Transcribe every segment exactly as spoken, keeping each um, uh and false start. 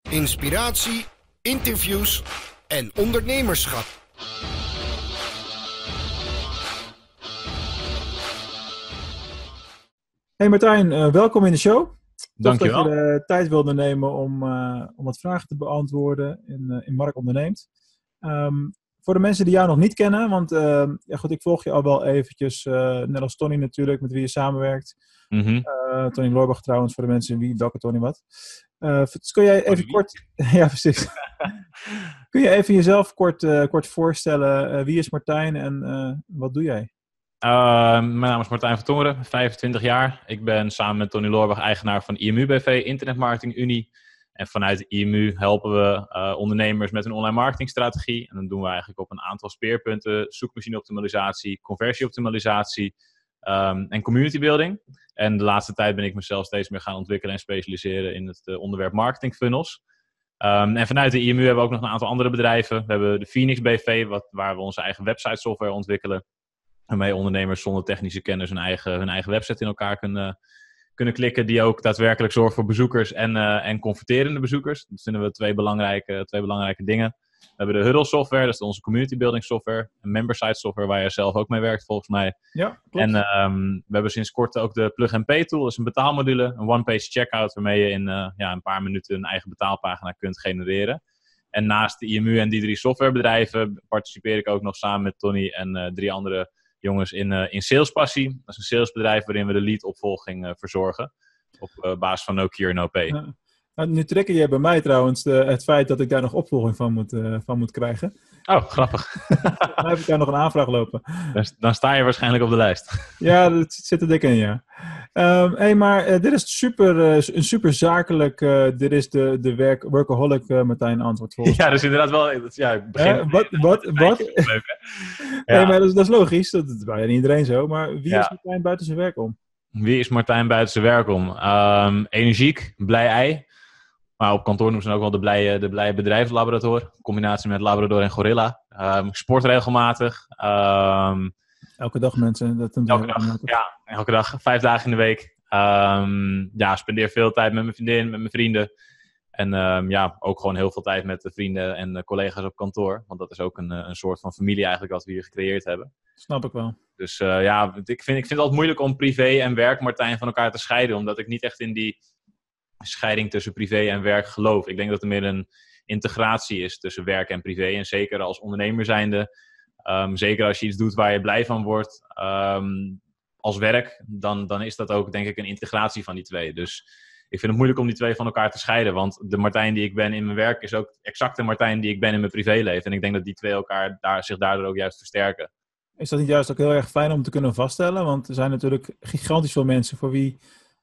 inspiratie, interviews en ondernemerschap. Hey Martijn, uh, welkom in de show. Tof dat Dankjewel. je de tijd wilde nemen om, uh, om wat vragen te beantwoorden in, uh, in Mark Onderneemt. Um, voor de mensen die jou nog niet kennen, want uh, ja goed, ik volg je al wel eventjes, uh, net als Tony natuurlijk, met wie je samenwerkt. Mm-hmm. Uh, Tony Loorbach trouwens, voor de mensen wie, welke Tony wat. Uh, dus kun jij even kort... ja, precies. Kun je even jezelf kort, uh, kort voorstellen? Uh, wie is Martijn en uh, wat doe jij? Uh, mijn naam is Martijn van Tongeren, vijfentwintig jaar. Ik ben samen met Tony Loorbach eigenaar van I M U B V, Internet Marketing Unie. En vanuit I M U helpen we uh, ondernemers met een online marketingstrategie. En dat doen we eigenlijk op een aantal speerpunten. Zoekmachine-optimalisatie, conversieoptimalisatie um, en community building. En de laatste tijd ben ik mezelf steeds meer gaan ontwikkelen en specialiseren in het uh, onderwerp marketing funnels. Um, en vanuit de I M U hebben we ook nog een aantal andere bedrijven. We hebben de Phoenix B V, wat, waar we onze eigen website software ontwikkelen. Waarmee ondernemers zonder technische kennis hun eigen, hun eigen website in elkaar kunnen, kunnen klikken. Die ook daadwerkelijk zorgt voor bezoekers en, uh, en converterende bezoekers. Dat vinden we twee belangrijke, twee belangrijke dingen. We hebben de Huddle software, dat is onze community building software. Een membersite software waar je zelf ook mee werkt volgens mij. Ja, klopt. En um, we hebben sinds kort ook de Plug and Pay tool. Dat is een betaalmodule, een one-page checkout. Waarmee je in uh, ja, een paar minuten een eigen betaalpagina kunt genereren. En naast de I M U en die drie softwarebedrijven participeer ik ook nog samen met Tony en uh, drie andere jongens in, uh, in Salespassie. Dat is een salesbedrijf waarin we de lead-opvolging uh, verzorgen. Op uh, basis van no cure, no pay. Ja. Nou, nu trekken jij bij mij trouwens de, het feit dat ik daar nog opvolging van moet, uh, van moet krijgen. Oh, grappig. Dan heb ik daar nog een aanvraag lopen. Dan, dan sta je waarschijnlijk op de lijst. Ja, dat zit er dik in, ja. Um, hey, maar uh, dit is super, uh, een super zakelijk, uh, dit is de, de werk, workaholic uh, Martijn antwoord volgens mij. Ja, dus inderdaad wel, dat, ja, ik begin... Uh, wat, wat, wat? Leuk, ja. Nee, maar dat is, dat is logisch, dat is bijna iedereen zo. Maar wie ja. is Martijn buiten zijn werk om? Wie is Martijn buiten zijn werk om? Um, energiek, blij ei. Maar op kantoor noemen ze ook wel de blije, de blije bedrijfslaborator. In combinatie met Labrador en Gorilla. Um, sport regelmatig. Um, elke dag mensen. Dat elke dag, ja. Elke dag. Vijf dagen in de week. Um, ja, spendeer veel tijd met mijn vriendin, met mijn vrienden. En um, ja, ook gewoon heel veel tijd met de vrienden en de collega's op kantoor. Want dat is ook een, een soort van familie eigenlijk wat we hier gecreëerd hebben. Snap ik wel. Dus uh, ja, ik vind, ik vind het altijd moeilijk om privé en werk, Martijn, van elkaar te scheiden. Omdat ik niet echt in die scheiding tussen privé en werk geloof. Ik denk dat er meer een integratie is tussen werk en privé. En zeker als ondernemer zijnde, um, zeker als je iets doet waar je blij van wordt um, als werk, dan, dan is dat ook denk ik een integratie van die twee. Dus ik vind het moeilijk om die twee van elkaar te scheiden. Want de Martijn die ik ben in mijn werk is ook exact de Martijn die ik ben in mijn privéleven. En ik denk dat die twee elkaar daar, zich daardoor ook juist versterken. Is dat niet juist ook heel erg fijn om te kunnen vaststellen? Want er zijn natuurlijk gigantisch veel mensen voor wie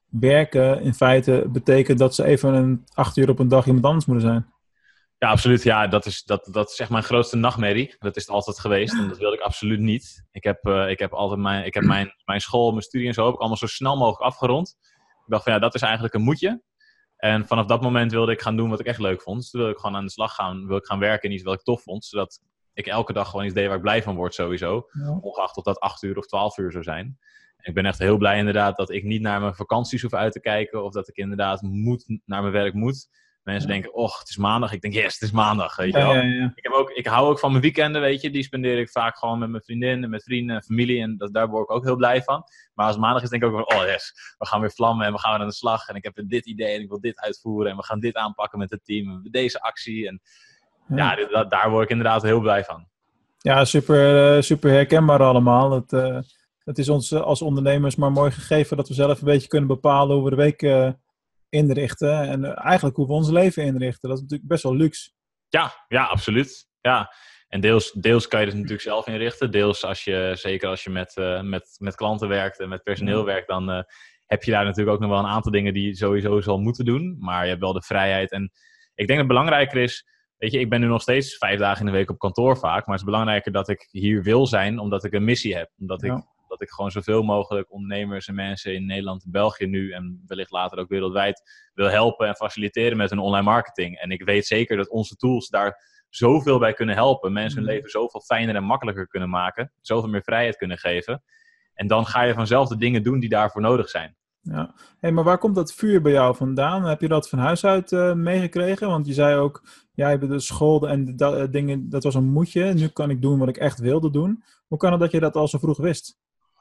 werken in feite betekent dat ze even een acht uur op een dag iemand anders moeten zijn. Ja, absoluut. Ja, dat is, dat, dat is echt mijn grootste nachtmerrie. Dat is het altijd geweest en dat wilde ik absoluut niet. Ik heb, uh, ik heb altijd mijn, ik heb mijn, mijn school, mijn studie en zo heb ik allemaal zo snel mogelijk afgerond. Ik dacht van ja, dat is eigenlijk een moetje. En vanaf dat moment wilde ik gaan doen wat ik echt leuk vond. Dus toen wilde ik gewoon aan de slag gaan, wilde ik gaan werken in iets wat ik tof vond. Zodat ik elke dag gewoon iets deed waar ik blij van word sowieso. Ja. Ongeacht of dat acht uur of twaalf uur zou zijn. Ik ben echt heel blij inderdaad dat ik niet naar mijn vakanties hoef uit te kijken. Of dat ik inderdaad moet, naar mijn werk moet. Mensen ja. denken, och, het is maandag. Ik denk, yes, het is maandag. Weet je wel. Ja, ja, ja. Ik, heb ook, ik hou ook van mijn weekenden, weet je. Die spendeer ik vaak gewoon met mijn vriendin en met vrienden en familie. En dat, daar word ik ook heel blij van. Maar als maandag is denk ik ook van, oh yes, we gaan weer vlammen en we gaan weer aan de slag. En ik heb dit idee en ik wil dit uitvoeren. En we gaan dit aanpakken met het team. En deze actie. En ja, ja dat, daar word ik inderdaad heel blij van. Ja, super, super herkenbaar allemaal. Het, uh, het is ons als ondernemers maar mooi gegeven dat we zelf een beetje kunnen bepalen hoe we de week uh, inrichten. En uh, eigenlijk hoe we ons leven inrichten. Dat is natuurlijk best wel luxe. Ja, ja, absoluut. Ja. En deels, deels kan je het natuurlijk zelf inrichten. Deels, als je, zeker als je met, uh, met, met klanten werkt en met personeel ja. werkt, dan uh, heb je daar natuurlijk ook nog wel een aantal dingen die je sowieso zal moeten doen. Maar je hebt wel de vrijheid. En ik denk dat het belangrijker is, weet je, ik ben nu nog steeds vijf dagen in de week op kantoor vaak. Maar het is belangrijker dat ik hier wil zijn, omdat ik een missie heb. Omdat ik, ja. dat ik gewoon zoveel mogelijk ondernemers en mensen in Nederland en België nu en wellicht later ook wereldwijd wil helpen en faciliteren met hun online marketing. En ik weet zeker dat onze tools daar zoveel bij kunnen helpen. Mensen hun leven zoveel fijner en makkelijker kunnen maken. Zoveel meer vrijheid kunnen geven. En dan ga je vanzelf de dingen doen die daarvoor nodig zijn. Ja. Hey, maar waar komt dat vuur bij jou vandaan? Heb je dat van huis uit uh, meegekregen? Want je zei ook, ja, je hebt de school en de da- dingen, dat was een moedje. Nu kan ik doen wat ik echt wilde doen. Hoe kan het dat je dat al zo vroeg wist?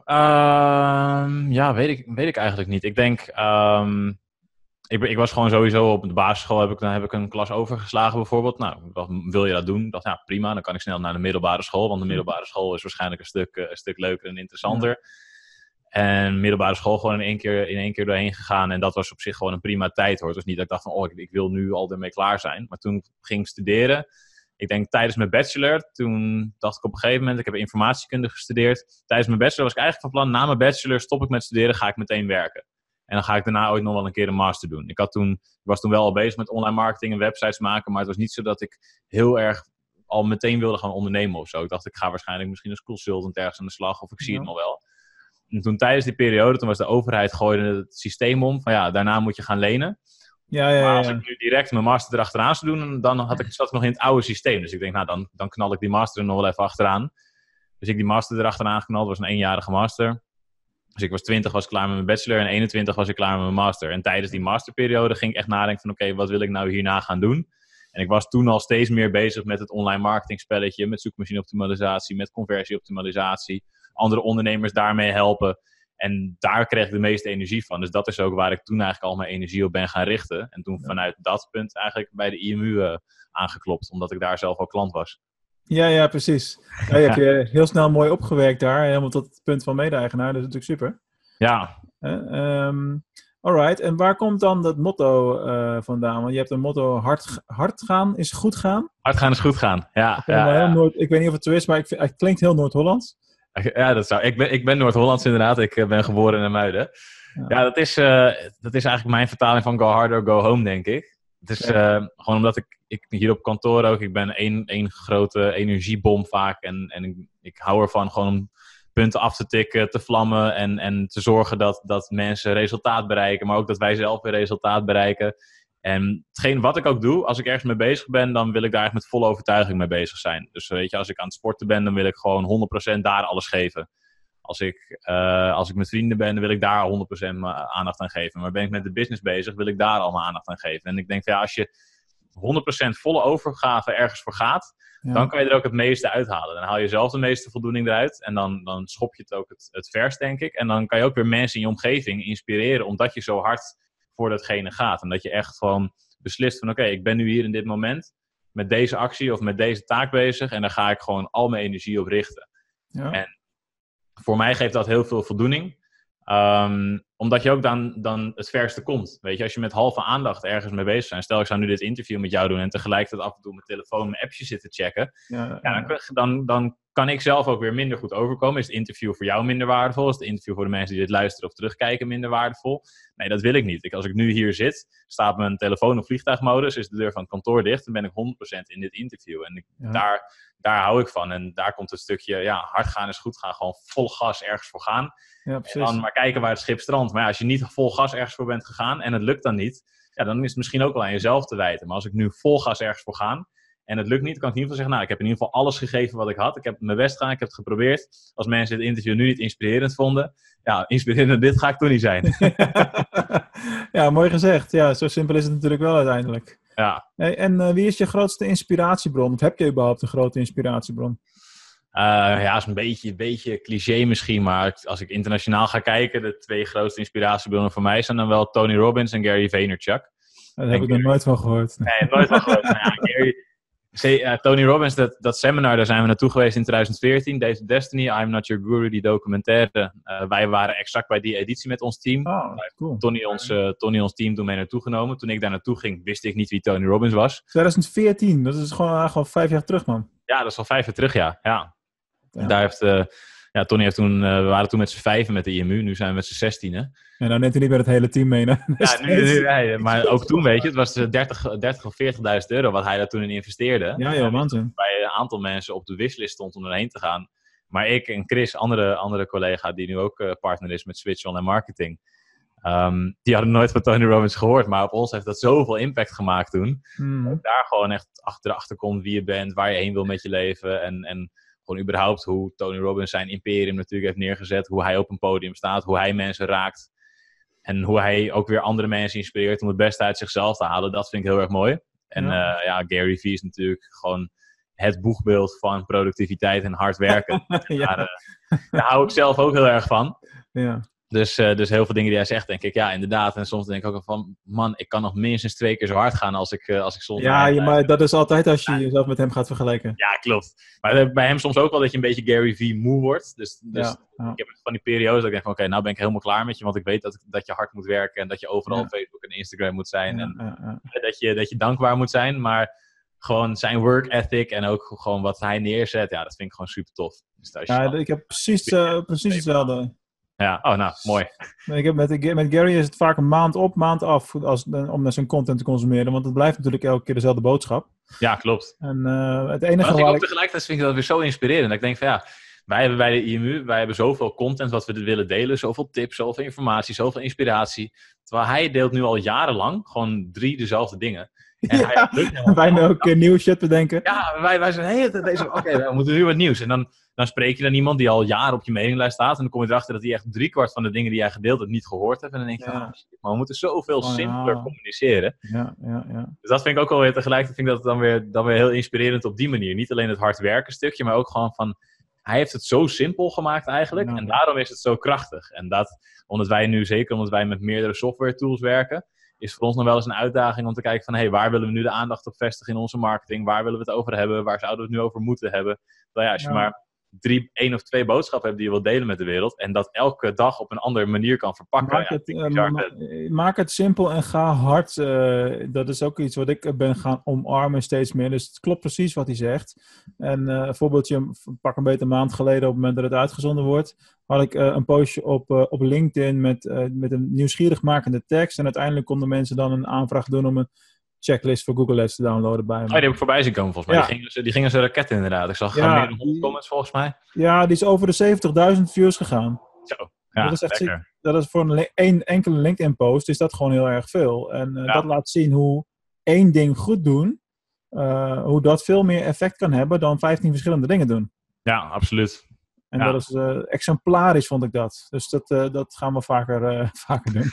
Um, ja, weet ik, weet ik eigenlijk niet. Ik denk, um, ik, ik was gewoon sowieso op de basisschool, heb ik, dan heb ik een klas overgeslagen bijvoorbeeld. Nou, ik dacht, wil je dat doen? Ik dacht, ja, prima, dan kan ik snel naar de middelbare school. Want de middelbare school is waarschijnlijk een stuk, uh, een stuk leuker en interessanter. Ja. En middelbare school gewoon in één, keer, in één keer doorheen gegaan. En dat was op zich gewoon een prima tijd hoor. Het was niet dat ik dacht van, oh, ik, ik wil nu al ermee klaar zijn. Maar toen ging ik studeren. Ik denk tijdens mijn bachelor, toen dacht ik op een gegeven moment, ik heb informatiekunde gestudeerd. Tijdens mijn bachelor was ik eigenlijk van plan, na mijn bachelor stop ik met studeren, ga ik meteen werken. En dan ga ik daarna ooit nog wel een keer een master doen. Ik, had toen, ik was toen wel al bezig met online marketing en websites maken, maar het was niet zo dat ik heel erg al meteen wilde gaan ondernemen of zo. Ik dacht, ik ga waarschijnlijk misschien als consultant ergens aan de slag of ik zie ja. het nog wel. En toen tijdens die periode, toen was de overheid gooide het systeem om van ja, daarna moet je gaan lenen. Ja, ja, ja. Maar als ik nu direct mijn master erachteraan zou doen, dan had ik, zat ik nog in het oude systeem. Dus ik denk, nou, dan, dan knal ik die master er nog wel even achteraan. Dus ik die master erachteraan geknald, was een eenjarige master. Dus ik was twintig, was ik klaar met mijn bachelor en eenentwintig was ik klaar met mijn master. En tijdens die masterperiode ging ik echt nadenken van, oké, okay, wat wil ik nou hierna gaan doen? En ik was toen al steeds meer bezig met het online marketing spelletje, met zoekmachine-optimalisatie, met conversie-optimalisatie, andere ondernemers daarmee helpen. En daar kreeg ik de meeste energie van. Dus dat is ook waar ik toen eigenlijk al mijn energie op ben gaan richten. En toen vanuit dat punt eigenlijk bij de I M U uh, aangeklopt. Omdat ik daar zelf al klant was. Ja, ja, precies. Ja, je hebt je heel snel mooi opgewerkt daar. Helemaal tot het punt van mede-eigenaar. Dat is natuurlijk super. Ja. Uh, um, alright. En waar komt dan dat motto uh, vandaan? Want je hebt een motto, hard, hard gaan is goed gaan. Hard gaan is goed gaan, ja. Ik, ja, ja. Noord, ik weet niet of het zo is, maar ik vind, het klinkt heel Noord-Hollands. Ja, dat zou. Ik ben, ik ben Noord-Hollands inderdaad. Ik uh, ben geboren in Muiden. Ja, ja dat, is, uh, dat is eigenlijk mijn vertaling van go hard or go home, denk ik. Het is uh, gewoon omdat ik, ik hier op kantoor ook, ik ben één, één grote energiebom vaak. En, en ik, ik hou ervan gewoon om punten af te tikken, te vlammen en, en te zorgen dat, dat mensen resultaat bereiken. Maar ook dat wij zelf weer resultaat bereiken. En hetgeen wat ik ook doe, als ik ergens mee bezig ben, dan wil ik daar echt met volle overtuiging mee bezig zijn. Dus weet je, als ik aan het sporten ben, dan wil ik gewoon honderd procent daar alles geven. Als ik, uh, als ik met vrienden ben, dan wil ik daar honderd procent aandacht aan geven. Maar ben ik met de business bezig, wil ik daar allemaal aandacht aan geven. En ik denk van ja, als je honderd procent volle overgave ergens voor gaat, ja. dan kan je er ook het meeste uithalen. Dan haal je zelf de meeste voldoening eruit. En dan, dan schop je het ook het, het verst, denk ik. En dan kan je ook weer mensen in je omgeving inspireren, omdat je zo hard voor datgene gaat. En dat je echt gewoon beslist van oké, okay, ik ben nu hier in dit moment met deze actie of met deze taak bezig en daar ga ik gewoon al mijn energie op richten. Ja. En voor mij geeft dat heel veel voldoening. Um, omdat je ook dan, dan het verste komt. Weet je, als je met halve aandacht ergens mee bezig bent. Stel, ik zou nu dit interview met jou doen en tegelijkertijd af en toe mijn telefoon, mijn appjes zitten checken. Ja, ja, dan, dan, dan kan ik zelf ook weer minder goed overkomen. Is het interview voor jou minder waardevol? Is het interview voor de mensen die dit luisteren of terugkijken minder waardevol? Nee, dat wil ik niet. Ik, als ik nu hier zit, staat mijn telefoon op vliegtuigmodus, is de deur van het kantoor dicht, dan ben ik honderd procent in dit interview. En ik, ja. daar, daar hou ik van. En daar komt het stukje, ja, hard gaan is goed gaan. Gewoon vol gas ergens voor gaan. Ja, en dan maar kijken waar het schip strandt. Maar ja, als je niet vol gas ergens voor bent gegaan en het lukt dan niet, ja, dan is het misschien ook wel aan jezelf te wijten. Maar als ik nu vol gas ergens voor ga en het lukt niet, kan ik in ieder geval zeggen, nou, ik heb in ieder geval alles gegeven wat ik had. Ik heb mijn best gedaan, ik heb het geprobeerd. Als mensen het interview nu niet inspirerend vonden, ja, inspirerend dit ga ik toch niet zijn. Ja, mooi gezegd. Ja, zo simpel is het natuurlijk wel uiteindelijk. Ja. Hey, en uh, wie is je grootste inspiratiebron? Of heb je überhaupt een grote inspiratiebron? Uh, ja, dat is een beetje, een beetje cliché misschien, maar als ik internationaal ga kijken, de twee grootste inspiratiebronnen voor mij zijn dan wel Tony Robbins en Gary Vaynerchuk. Daar heb ik nog nooit van gehoord. Nee, nee nooit van gehoord. Nou ja, Gary, uh, Tony Robbins, dat, dat seminar, daar zijn we naartoe geweest in twintig veertien, Days of Destiny, I'm Not Your Guru, die documentaire. Uh, wij waren exact bij die editie met ons team. Oh, cool. Tony ons, uh, Tony ons team toen mee naartoe genomen. Toen ik daar naartoe ging, wist ik niet wie Tony Robbins was. twintig veertien, dat is gewoon, uh, gewoon vijf jaar terug, man. Ja, dat is al vijf jaar terug, ja. ja. Ja. Daar heeft, uh, ja, Tony heeft toen, uh, we waren toen met z'n vijven met de I M U, nu zijn we met z'n zestien. En dan neemt hij niet met het hele team mee. Hè? Ja, nu, nu, ja, maar ook toen, weet je, het was dertig, dertig of veertigduizend euro wat hij daar toen in investeerde. Ja, joh, man. Bij een aantal mensen op de wishlist stond om erheen te gaan. Maar ik en Chris, andere, andere collega die nu ook uh, partner is met Switch Online Marketing, um, die hadden nooit van Tony Robbins gehoord, maar op ons heeft dat zoveel impact gemaakt toen. Hmm. Dat daar gewoon echt achter, achter komt wie je bent, waar je heen wil met je leven en... en gewoon überhaupt hoe Tony Robbins zijn imperium natuurlijk heeft neergezet. Hoe hij op een podium staat. Hoe hij mensen raakt. En hoe hij ook weer andere mensen inspireert om het beste uit zichzelf te halen, dat vind ik heel erg mooi. En ja, uh, ja Gary Vee is natuurlijk gewoon het boegbeeld van productiviteit en hard werken. ja. Daar, uh, daar hou ik zelf ook heel erg van. Ja. Dus, uh, dus heel veel dingen die hij zegt, denk ik, ja, inderdaad. En soms denk ik ook van, man, ik kan nog minstens twee keer zo hard gaan als ik, uh, als ik soms... Ja, ja, maar dat is altijd als je ja. jezelf met hem gaat vergelijken. Ja, klopt. Maar bij hem soms ook wel dat je een beetje Gary Vee moe wordt. Dus, dus ja, ja. ik heb van die periodes dat ik denk van, oké, okay, nou ben ik helemaal klaar met je. Want ik weet dat, dat je hard moet werken en dat je overal ja. op Facebook en Instagram moet zijn. Ja, en ja, ja. Dat, je, dat je dankbaar moet zijn. Maar gewoon zijn work ethic en ook gewoon wat hij neerzet, ja, dat vind ik gewoon super tof. Dus ja, ik heb precies, uh, precies hetzelfde. Ja, oh nou, mooi. Ik heb met, met Gary is het vaak een maand op, maand af als, om naar zijn content te consumeren. Want het blijft natuurlijk elke keer dezelfde boodschap. Ja, klopt. En uh, het enige maar ik ook ik... tegelijkertijd vind ik dat weer zo inspirerend. Dat ik denk van ja, wij hebben bij de I M U, wij hebben zoveel content wat we willen delen. Zoveel tips, zoveel informatie, zoveel inspiratie. Terwijl hij deelt nu al jarenlang gewoon drie dezelfde dingen. En ja, hij wij nu ook uh, nieuw shit bedenken. Ja, wij, wij zijn hey, deze. Oké, okay, we moeten nu wat nieuws. En dan, dan spreek je dan iemand die al jaren op je mailinglijst staat. En dan kom je erachter dat hij echt driekwart van de dingen die jij gedeeld hebt niet gehoord hebt. En dan denk je, ja. oh, shit, maar we moeten zoveel oh, simpeler ja. communiceren. Ja, ja, ja. Dus dat vind ik ook wel weer tegelijkertijd vind ik dat dan weer, dan weer heel inspirerend op die manier. Niet alleen het hard werken stukje, maar ook gewoon van... Hij heeft het zo simpel gemaakt eigenlijk. Ja. En daarom is het zo krachtig. En dat, omdat wij nu, zeker omdat wij met meerdere software tools werken... is voor ons nog wel eens een uitdaging om te kijken van... hé, hey, waar willen we nu de aandacht op vestigen in onze marketing? Waar willen we het over hebben? Waar zouden we het nu over moeten hebben? Nou ja, als je ja. maar drie, één of twee boodschappen hebt die je wilt delen met de wereld... en dat elke dag op een andere manier kan verpakken... Maak, ja, het, uh, ma- maak het simpel en ga hard. Uh, dat is ook iets wat ik ben gaan omarmen steeds meer. Dus het klopt precies wat hij zegt. En uh, een voorbeeldje, pak een beetje een maand geleden... op het moment dat het uitgezonden wordt... had ik uh, een postje op, uh, op LinkedIn met, uh, met een nieuwsgierig makende tekst. En uiteindelijk konden mensen dan een aanvraag doen om een checklist voor Google Ads te downloaden bij me. Oh, die heb ik voorbij zien komen volgens mij. Ja. Die, gingen, die gingen als een raket inderdaad. Ik zag ja, meer dan honderd comments volgens mij. Ja, die is over de zeventigduizend views gegaan. Zo, ja, dat is echt lekker. Dat is voor een één enkele LinkedIn post is dat gewoon heel erg veel. En uh, ja. dat laat zien hoe één ding goed doen, uh, hoe dat veel meer effect kan hebben dan vijftien verschillende dingen doen. Ja, absoluut. En ja. dat is uh, exemplarisch, vond ik dat. Dus dat, uh, dat gaan we vaker, uh, vaker doen.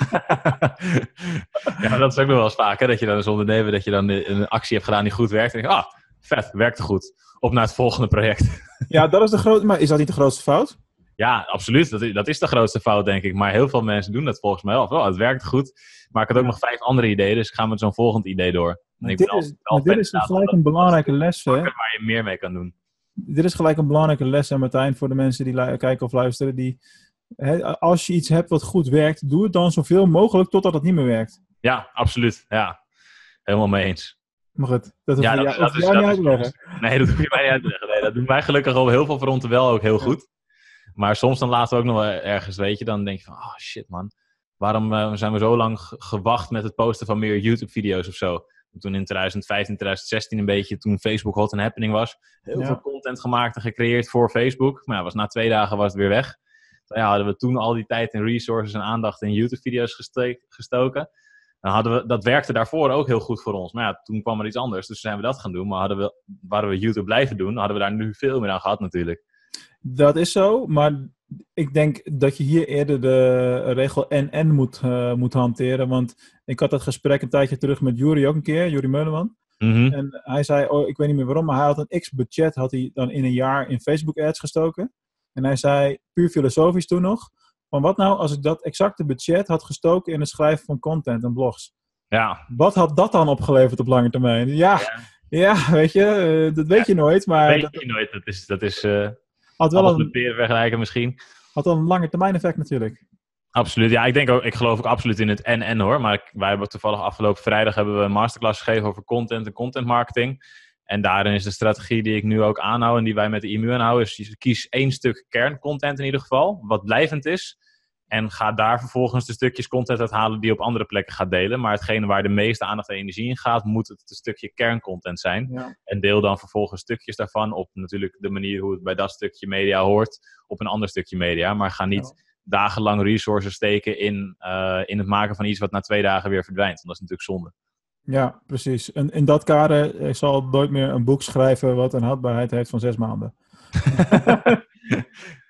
Ja, dat is ook nog wel eens vaker. Dat je dan als ondernemer dat je dan een actie hebt gedaan die goed werkt. En denk je, ah, vet, werkte goed. Op naar het volgende project. Ja, dat is de grootste... Maar is dat niet de grootste fout? Ja, absoluut. Dat is, dat is de grootste fout, denk ik. Maar heel veel mensen doen dat volgens mij wel. Oh, het werkt goed. Maar ik had ook nog vijf andere ideeën. Dus ik ga met zo'n volgend idee door. Maar dit is, maar dit is gelijk een belangrijke les, hè? Waar je meer mee kan doen. Dit is gelijk een belangrijke les, hè, Martijn, voor de mensen die lu- kijken of luisteren. Die, hè, als je iets hebt wat goed werkt, doe het dan zoveel mogelijk totdat het niet meer werkt. Ja, absoluut. Ja, helemaal mee eens. Maar goed, dat hoef ja, je dat, jou, dat niet is, dat uit te leggen. Is, nee, dat hoef je mij niet uit te leggen. Nee, dat doen wij gelukkig al heel veel fronten wel ook heel goed. Maar soms dan laten we ook nog wel ergens, weet je, dan denk je van, oh shit man, waarom uh, zijn we zo lang g- gewacht met het posten van meer YouTube-video's of zo? Toen in twintig vijftien, twintig zestien een beetje, toen Facebook hot and happening was, heel ja. veel content gemaakt en gecreëerd voor Facebook. Maar ja, was na twee dagen was het weer weg. Dus ja, hadden we toen al die tijd en resources en aandacht in YouTube-video's geste- gestoken. Dan hadden we, dat werkte daarvoor ook heel goed voor ons. Maar ja, toen kwam er iets anders, dus zijn we dat gaan doen. Maar hadden we, waren we YouTube blijven doen, hadden we daar nu veel meer aan gehad natuurlijk. Dat is zo, maar ik denk dat je hier eerder de regel en-en moet, uh, moet hanteren. Want ik had dat gesprek een tijdje terug met Juri ook een keer, Juri Meuleman. Mm-hmm. En hij zei, oh, ik weet niet meer waarom, maar hij had een x-budget had hij dan in een jaar in Facebook ads gestoken. En hij zei, puur filosofisch toen nog, van wat nou als ik dat exacte budget had gestoken in het schrijven van content en blogs? Ja. Wat had dat dan opgeleverd op lange termijn? Ja, ja. ja weet je, uh, dat weet ja, je nooit. Maar dat weet dat, je nooit, dat is... Dat is uh... Had wel een vergelijken misschien. Had wel een lange termijn effect natuurlijk. Absoluut. Ja, ik denk ook, ik geloof ook absoluut in het en-en hoor. Maar ik, wij hebben toevallig afgelopen vrijdag hebben we een masterclass gegeven over content en content marketing. En daarin is de strategie die ik nu ook aanhoud en die wij met de I M U aanhouden, is je kies één stuk kerncontent in ieder geval, wat blijvend is. En ga daar vervolgens de stukjes content uithalen die je op andere plekken gaat delen. Maar hetgene waar de meeste aandacht en energie in gaat, moet het een stukje kerncontent zijn. Ja. En deel dan vervolgens stukjes daarvan op natuurlijk de manier hoe het bij dat stukje media hoort, op een ander stukje media. Maar ga niet ja. dagenlang resources steken in, uh, in het maken van iets wat na twee dagen weer verdwijnt. Want dat is natuurlijk zonde. Ja, precies. En in dat kader, ik zal nooit meer een boek schrijven wat een houdbaarheid heeft van zes maanden.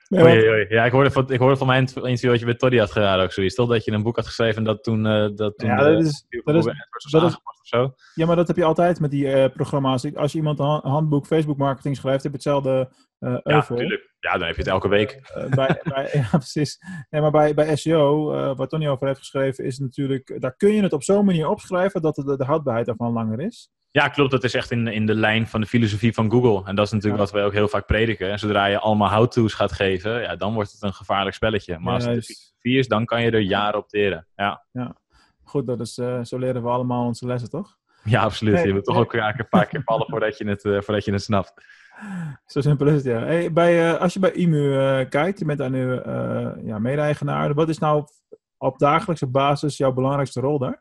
Nee, Oei, want- oei, oei. Ja, ik hoorde, van, ik hoorde van mijn interview dat je met Toddy had gedaan ook zoiets. Toch dat je een boek had geschreven en dat toen, uh, dat toen Ja, de dat is- review dat van is- Google AdWords was dat is- aangepast of zo. ja, maar dat heb je altijd met die eh, programma's. Ik- Als je iemand een ha- handboek Facebook marketing schrijft, heb je hetzelfde eh Ja, euvel. natuurlijk. Ja, dan heb je het elke week. Eh, bij, bij, ja, precies. Nee, maar bij, bij S E O, eh waar Tony over heeft geschreven, is natuurlijk, daar kun je het op zo'n manier opschrijven dat de, de houdbaarheid daarvan langer is. Ja, klopt. Dat is echt in, in de lijn van de filosofie van Google. En dat is natuurlijk Ja. wat wij ook heel vaak prediken. En zodra je allemaal how-to's gaat geven, ja, dan wordt het een gevaarlijk spelletje. Maar als het de Juist. filosofie is, dan kan je er jaren op teren. Ja, Goed, dat is, eh, zo leren we allemaal onze lessen, toch? ja absoluut. Nee, je moet toch nee. ook een paar keer vallen voordat je het, uh, voordat je het snapt. Zo simpel is het, ja. Hey, bij, uh, als je bij I M U uh, kijkt, je bent daar nu uh, ja, mede-eigenaar. Wat is nou op dagelijkse basis jouw belangrijkste rol daar?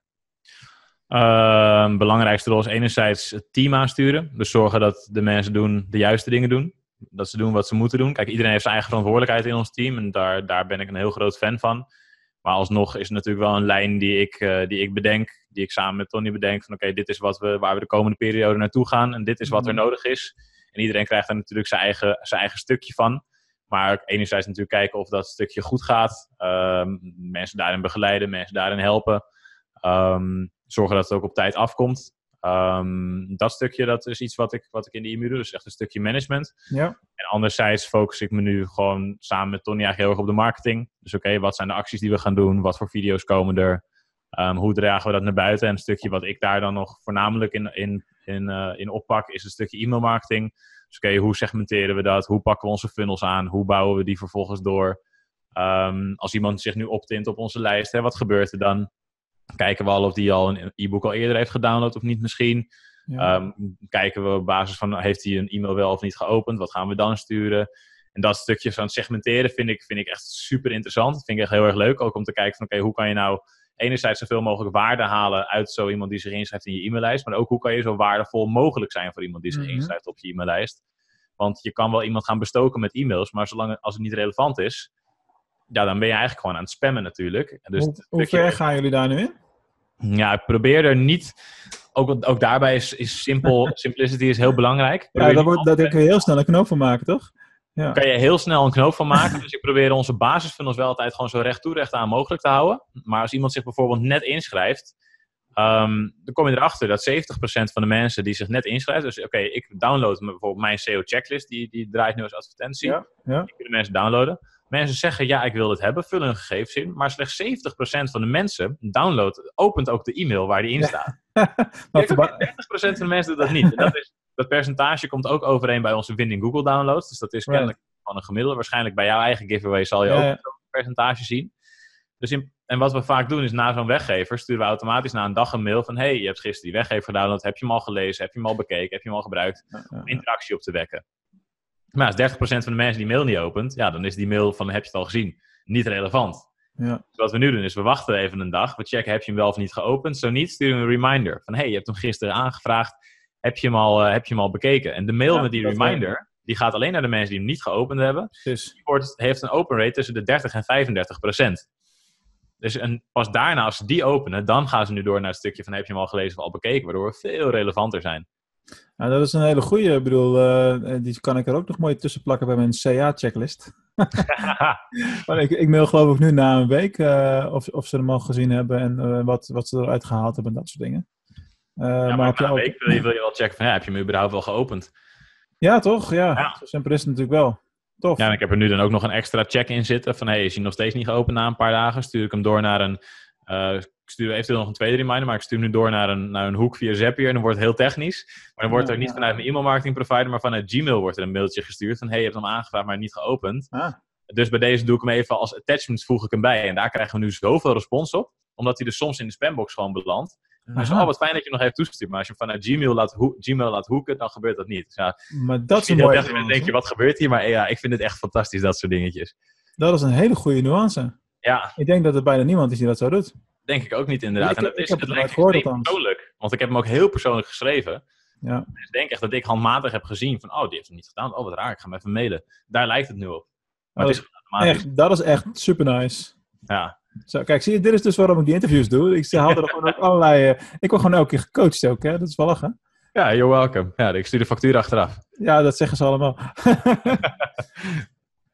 Uh, belangrijkste rol is enerzijds het team aansturen. Dus zorgen dat de mensen doen de juiste dingen doen. Dat ze doen wat ze moeten doen. Kijk, iedereen heeft zijn eigen verantwoordelijkheid in ons team. En daar, daar ben ik een heel groot fan van. Maar alsnog is het natuurlijk wel een lijn die ik, uh, die ik bedenk. Die ik samen met Tony bedenk. Van oké, okay, dit is wat we, waar we de komende periode naartoe gaan. En dit is wat er nodig is. En iedereen krijgt daar natuurlijk zijn eigen, zijn eigen stukje van. Maar ook enerzijds natuurlijk kijken of dat stukje goed gaat. Um, mensen daarin begeleiden. Mensen daarin helpen. Um, zorgen dat het ook op tijd afkomt. Um, dat stukje, dat is iets wat ik, wat ik in de I M U doe. Dus echt een stukje management. Ja. En anderzijds focus ik me nu gewoon samen met Tony eigenlijk heel erg op de marketing. Dus oké, okay, wat zijn de acties die we gaan doen? Wat voor video's komen er? Um, hoe dragen we dat naar buiten? En een stukje wat ik daar dan nog voornamelijk in, in, in, uh, in oppak is een stukje e-mail marketing. Dus oké, okay, hoe segmenteren we dat? Hoe pakken we onze funnels aan? Hoe bouwen we die vervolgens door? Um, als iemand zich nu optint op onze lijst, hè, wat gebeurt er dan? Kijken we al of die al een e-book al eerder heeft gedownload of niet misschien. Ja. Um, kijken we op basis van, heeft hij een e-mail wel of niet geopend? Wat gaan we dan sturen? En dat stukje van segmenteren vind ik, vind ik echt super interessant. Dat vind ik echt heel erg leuk. Ook om te kijken van, oké, okay, hoe kan je nou enerzijds zoveel mogelijk waarde halen uit zo iemand die zich inschrijft in je e-maillijst. Maar ook hoe kan je zo waardevol mogelijk zijn voor iemand die zich mm-hmm. inschrijft op je e-maillijst. Want je kan wel iemand gaan bestoken met e-mails, maar zolang als het niet relevant is, ja, dan ben je eigenlijk gewoon aan het spammen natuurlijk. Dus hoe hoe ver gaan jullie daar nu in? Ja, ik probeer er niet... Ook, ook daarbij is, is simpel, simplicity is heel belangrijk. Ja, daar, wordt, daar kun je heel snel een knoop van maken, toch? Ja. Kan je heel snel een knoop van maken. Dus ik probeer onze basisfunnels wel altijd gewoon zo recht toe, recht aan mogelijk te houden. Maar als iemand zich bijvoorbeeld net inschrijft, um, dan kom je erachter dat zeventig procent van de mensen die zich net inschrijft, dus oké, okay, ik download bijvoorbeeld mijn S E O-checklist, die, die draait nu als advertentie. Ja, ja. Die kunnen mensen downloaden. Mensen zeggen, ja, ik wil het hebben, vullen hun gegevens in. Maar slechts zeventig procent van de mensen downloadt, opent ook de e-mail waar die in staat. dertig procent van de mensen doet dat niet. En dat, is, dat percentage komt ook overeen bij onze Winning Google downloads. Dus dat is kennelijk right. van een gemiddelde. Waarschijnlijk bij jouw eigen giveaway zal je ja, ook ja. zo'n percentage zien. Dus in, en wat we vaak doen is na zo'n weggever sturen we automatisch na een dag een mail van hey, je hebt gisteren die weggever gedownload. Heb je hem al gelezen? Heb je hem al bekeken? Heb je hem al gebruikt? Ja, ja, ja. Om interactie op te wekken. Maar als dertig procent van de mensen die mail niet opent, ja, dan is die mail van heb je het al gezien niet relevant. Ja. Dus wat we nu doen is we wachten even een dag. We checken heb je hem wel of niet geopend. Zo niet sturen we een reminder van hey, je hebt hem gisteren aangevraagd. Heb je hem al, uh, heb je hem al bekeken? En de mail ja, met die reminder, wel. Die gaat alleen naar de mensen die hem niet geopend hebben. Dus. Die wordt, heeft een open rate tussen de dertig en vijfendertig procent. Dus een, pas daarna, als ze die openen, dan gaan ze nu door naar het stukje van heb je hem al gelezen of al bekeken. Waardoor we veel relevanter zijn. Nou, dat is een hele goeie. Ik bedoel, uh, die kan ik er ook nog mooi tussen plakken bij mijn C A-checklist. Maar ik, ik mail geloof ik nu na een week uh, of, of ze hem al gezien hebben en uh, wat, wat ze eruit gehaald hebben en dat soort dingen. Uh, ja, maar, maar na een week ook... wil, je, wil je wel checken van ja, heb je hem überhaupt wel geopend? Ja, toch? Ja, ja. Zo simpel is het natuurlijk wel. Tof. Ja, en ik heb er nu dan ook nog een extra check in zitten van hey, is hij nog steeds niet geopend na een paar dagen? Stuur ik hem door naar een... Uh, ik stuur eventueel nog een tweede reminder, maar ik stuur hem nu door naar een, naar een hoek via Zapier en dan wordt het heel technisch. Maar dan wordt er niet vanuit mijn e-mailmarketing provider, maar vanuit Gmail wordt er een mailtje gestuurd van hey, je hebt hem aangevraagd, maar niet geopend. Ah. Dus bij deze doe ik hem even als attachment, voeg ik hem bij. En daar krijgen we nu zoveel respons op, omdat hij dus soms in de spambox gewoon belandt. Maar zo, oh, wat fijn dat je nog even toestuurt. Maar als je hem vanuit Gmail laat, ho- Gmail laat hoeken, dan gebeurt dat niet. Dus ja, maar dat is een mooie nuance. Dan denk je, wat gebeurt hier? Maar ja, ik vind het echt fantastisch, dat soort dingetjes. Dat is een hele goede nuance. Ja. Ik denk dat er bijna niemand is die dat zo doet. Denk ik ook niet, inderdaad. Ik, en dat ik is, heb het het lijkt gehoord extreem persoonlijk. Want ik heb hem ook heel persoonlijk geschreven. Ja. Dus ik denk echt dat ik handmatig heb gezien van, oh, die heeft hem niet gedaan. Oh, wat raar, ik ga hem even mailen. Daar lijkt het nu op. Maar dat, het is automatisch. Echt, dat is echt super nice. Ja. Zo, kijk, zie je, dit is dus waarom ik die interviews doe. Ik haal er gewoon ook allerlei... Uh, ik word gewoon elke keer gecoacht ook, hè. Dat is wel lachen. Ja, you're welcome. Ja, ik stuur de factuur achteraf. Ja, dat zeggen ze allemaal.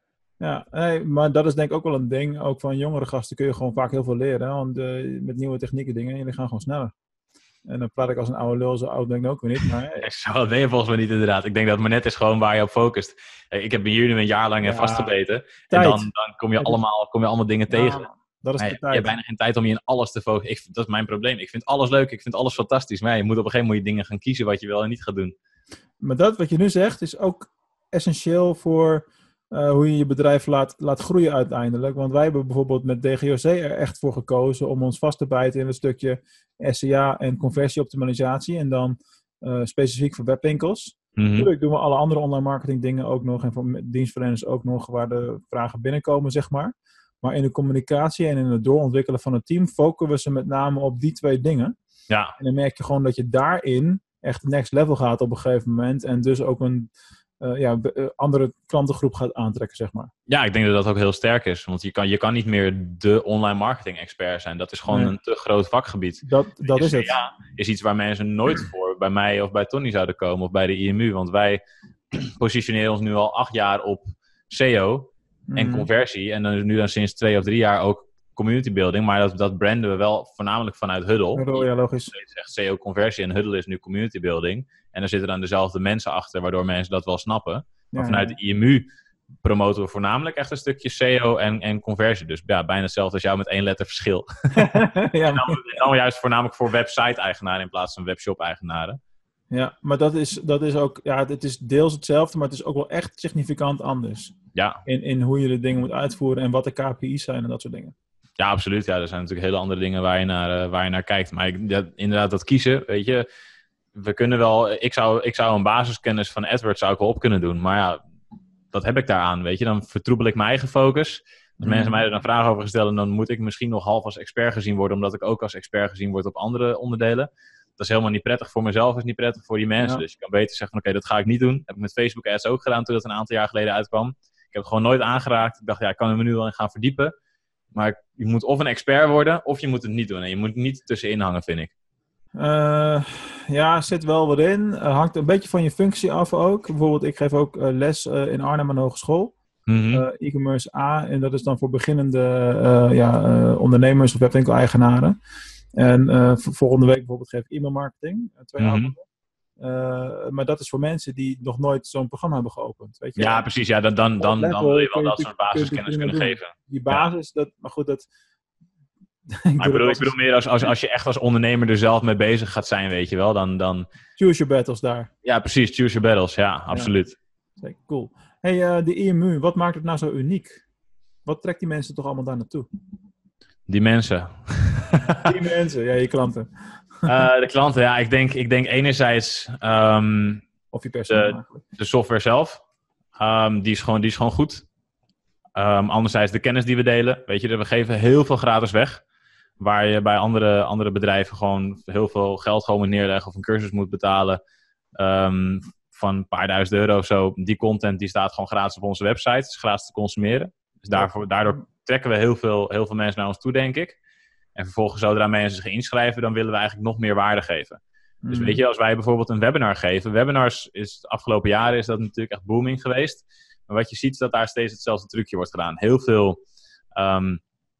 Ja, nee, maar dat is denk ik ook wel een ding. Ook van jongere gasten kun je gewoon vaak heel veel leren. Hè? Want uh, met nieuwe technieken dingen, jullie gaan gewoon sneller. En dan praat ik als een oude lul, zo oud denk ik ook weer niet. Maar, hey. Zo ben je volgens mij niet inderdaad. Ik denk dat het maar net is gewoon waar je op focust. Ik heb hier nu een jaar lang ja, vastgebeten. Tijd. En dan, dan kom, je allemaal, kom je allemaal dingen ja, tegen. Dat is de je, tijd. je hebt bijna geen tijd om je in alles te focussen. Ik, dat is mijn probleem. Ik vind alles leuk, ik vind alles fantastisch. Maar ja, je moet op een gegeven moment dingen gaan kiezen wat je wel en niet gaat doen. Maar dat wat je nu zegt is ook essentieel voor uh, hoe je je bedrijf laat, laat groeien uiteindelijk. Want wij hebben bijvoorbeeld met D G O C er echt voor gekozen om ons vast te bijten in een stukje S E A en conversieoptimalisatie. En dan uh, specifiek voor webwinkels. Mm-hmm. Natuurlijk doen we alle andere online marketing dingen ook nog. En voor dienstverleners ook nog waar de vragen binnenkomen, zeg maar. Maar in de communicatie en in het doorontwikkelen van het team focussen we ze met name op die twee dingen. Ja. En dan merk je gewoon dat je daarin echt next level gaat op een gegeven moment. En dus ook een uh, ja, andere klantengroep gaat aantrekken, zeg maar. Ja, ik denk dat dat ook heel sterk is. Want je kan, je kan niet meer de online marketing expert zijn. Dat is gewoon nee. een te groot vakgebied. Dat, dat is het. Ja, is iets waar mensen nooit voor bij mij of bij Tony zouden komen. Of bij de I M U. Want wij positioneren ons nu al acht jaar op S E O en mm. conversie. En dan nu dan sinds twee of drie jaar ook community building. Maar dat, dat branden we wel voornamelijk vanuit Huddle. Huddle, ja, logisch. Het is echt S E O conversie en Huddle is nu community building. En er zitten dan dezelfde mensen achter, waardoor mensen dat wel snappen. Maar ja, vanuit de I M U promoten we voornamelijk echt een stukje S E O en, en conversie. Dus ja, bijna hetzelfde als jou met één letter verschil. ja, en, dan, en dan juist voornamelijk voor website-eigenaren in plaats van webshop-eigenaren. Ja, maar dat is, dat is ook, ja, het is deels hetzelfde, maar het is ook wel echt significant anders. Ja. In, in hoe je de dingen moet uitvoeren en wat de K P I's zijn en dat soort dingen. Ja, absoluut. Ja, er zijn natuurlijk hele andere dingen waar je naar, uh, waar je naar kijkt. Maar ik, dat, inderdaad, dat kiezen, weet je, we kunnen wel, ik zou, ik zou een basiskennis van AdWords zou ik wel op kunnen doen. Maar ja, wat heb ik daaraan, weet je? Dan vertroebel ik mijn eigen focus. Als mm. mensen mij er dan vragen over stellen, dan moet ik misschien nog half als expert gezien worden, omdat ik ook als expert gezien word op andere onderdelen. Dat is helemaal niet prettig voor mezelf, is niet prettig voor die mensen. Ja. Dus je kan beter zeggen van oké, okay, dat ga ik niet doen. Dat heb ik met Facebook Ads ook gedaan toen dat een aantal jaar geleden uitkwam. Ik heb het gewoon nooit aangeraakt. Ik dacht, ja, ik kan er me nu wel in gaan verdiepen. Maar je moet of een expert worden, of je moet het niet doen. En je moet niet tussenin hangen, vind ik. Uh, ja, zit wel wat in. Uh, hangt een beetje van je functie af ook. Bijvoorbeeld, ik geef ook uh, les uh, in Arnhem aan de hogeschool. Mm-hmm. Uh, e-commerce A. En dat is dan voor beginnende uh, ja, uh, ondernemers of webwinkel-eigenaren. En uh, volgende week bijvoorbeeld geef ik e-mailmarketing. Uh, twee mm-hmm. avonden. Uh, maar dat is voor mensen die nog nooit zo'n programma hebben geopend. Weet je? Ja, precies. Ja, dan, dan, dan, dan wil je wel dat soort basiskennis kunnen geven. Die basis, ja. dat, maar goed, dat... maar ik bedoel, ik bedoel meer als, als, als je echt als ondernemer er zelf mee bezig gaat zijn, weet je wel, dan... dan... Choose your battles daar. Ja, precies. Choose your battles. Ja, absoluut. Ja. Cool. Hey, uh, de I M U, wat maakt het nou zo uniek? Wat trekt die mensen toch allemaal daar naartoe? Die mensen. Die mensen, ja, je klanten. Uh, de klanten, ja, ik denk, ik denk enerzijds um, of je personeel de, de software zelf, um, die, is gewoon, die is gewoon goed. Um, anderzijds de kennis die we delen, weet je, we geven heel veel gratis weg, waar je bij andere, andere bedrijven gewoon heel veel geld gewoon moet neerleggen of een cursus moet betalen um, van een paar duizend euro of zo. Die content die staat gewoon gratis op onze website, het is gratis te consumeren. Dus daarvoor, daardoor trekken we heel veel, heel veel mensen naar ons toe, denk ik. En vervolgens, zodra mensen zich inschrijven, dan willen we eigenlijk nog meer waarde geven. Mm. Dus weet je, als wij bijvoorbeeld een webinar geven. Webinars is de afgelopen jaren is dat natuurlijk echt booming geweest. Maar wat je ziet is dat daar steeds hetzelfde trucje wordt gedaan. Heel veel um,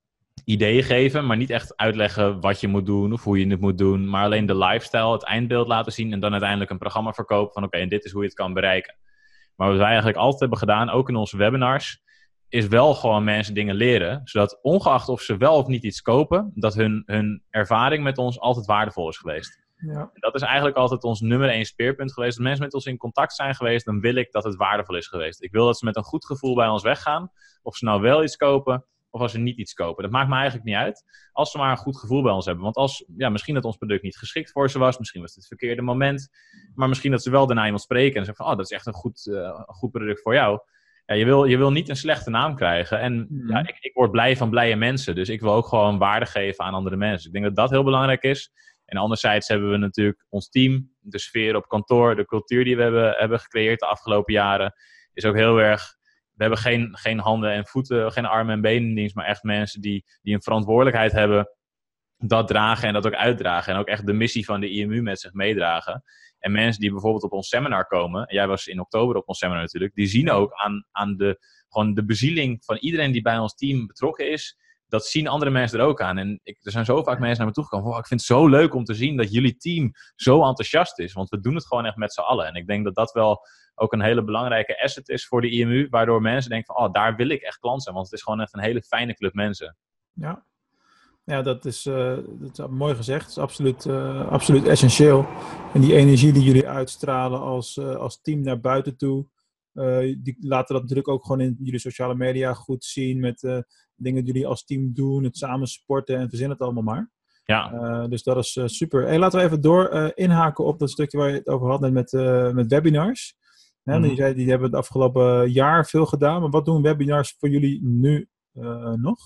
ideeën geven, maar niet echt uitleggen wat je moet doen of hoe je het moet doen. Maar alleen de lifestyle, het eindbeeld laten zien en dan uiteindelijk een programma verkopen van oké, okay, en dit is hoe je het kan bereiken. Maar wat wij eigenlijk altijd hebben gedaan, ook in onze webinars, is wel gewoon mensen dingen leren. Zodat ongeacht of ze wel of niet iets kopen, dat hun, hun ervaring met ons altijd waardevol is geweest. Ja. Dat is eigenlijk altijd ons nummer één speerpunt geweest. Als mensen met ons in contact zijn geweest, dan wil ik dat het waardevol is geweest. Ik wil dat ze met een goed gevoel bij ons weggaan. Of ze nou wel iets kopen, of als ze niet iets kopen. Dat maakt me eigenlijk niet uit. Als ze maar een goed gevoel bij ons hebben. Want als, ja, misschien dat ons product niet geschikt voor ze was. Misschien was het het verkeerde moment. Maar misschien dat ze wel daarna iemand spreken en zeggen van, oh, dat is echt een goed, uh, een goed product voor jou. Ja, je, wil, je wil niet een slechte naam krijgen. En mm. ja, ik, ik word blij van blije mensen. Dus ik wil ook gewoon waarde geven aan andere mensen. Ik denk dat dat heel belangrijk is. En anderzijds hebben we natuurlijk ons team, de sfeer op kantoor, de cultuur die we hebben, hebben gecreëerd de afgelopen jaren, is ook heel erg. We hebben geen, geen handen en voeten, geen armen en benen in dienst, maar echt mensen die, die een verantwoordelijkheid hebben, dat dragen en dat ook uitdragen. En ook echt de missie van de I M U met zich meedragen. En mensen die bijvoorbeeld op ons seminar komen, en jij was in oktober op ons seminar natuurlijk, die zien ook aan, aan de, gewoon de bezieling van iedereen die bij ons team betrokken is. Dat zien andere mensen er ook aan. En ik, er zijn zo vaak mensen naar me toegekomen. Wow, ik vind het zo leuk om te zien dat jullie team zo enthousiast is. Want we doen het gewoon echt met z'n allen. En ik denk dat dat wel ook een hele belangrijke asset is voor de I M U. Waardoor mensen denken van, oh, daar wil ik echt klant zijn. Want het is gewoon echt een hele fijne club mensen. Ja, ja dat, is, uh, dat is mooi gezegd. Het is absoluut, uh, absoluut essentieel. En die energie die jullie uitstralen als, uh, als team naar buiten toe. Uh, die laten dat natuurlijk ook gewoon in jullie sociale media goed zien. Met uh, dingen die jullie als team doen. Het samen sporten en verzin het allemaal maar. Ja. Uh, dus dat is uh, super. Hey, laten we even door uh, inhaken op dat stukje waar je het over had net met, uh, met webinars. Hè, mm-hmm. Die, zei, die hebben het afgelopen jaar veel gedaan. Maar wat doen webinars voor jullie nu uh, nog?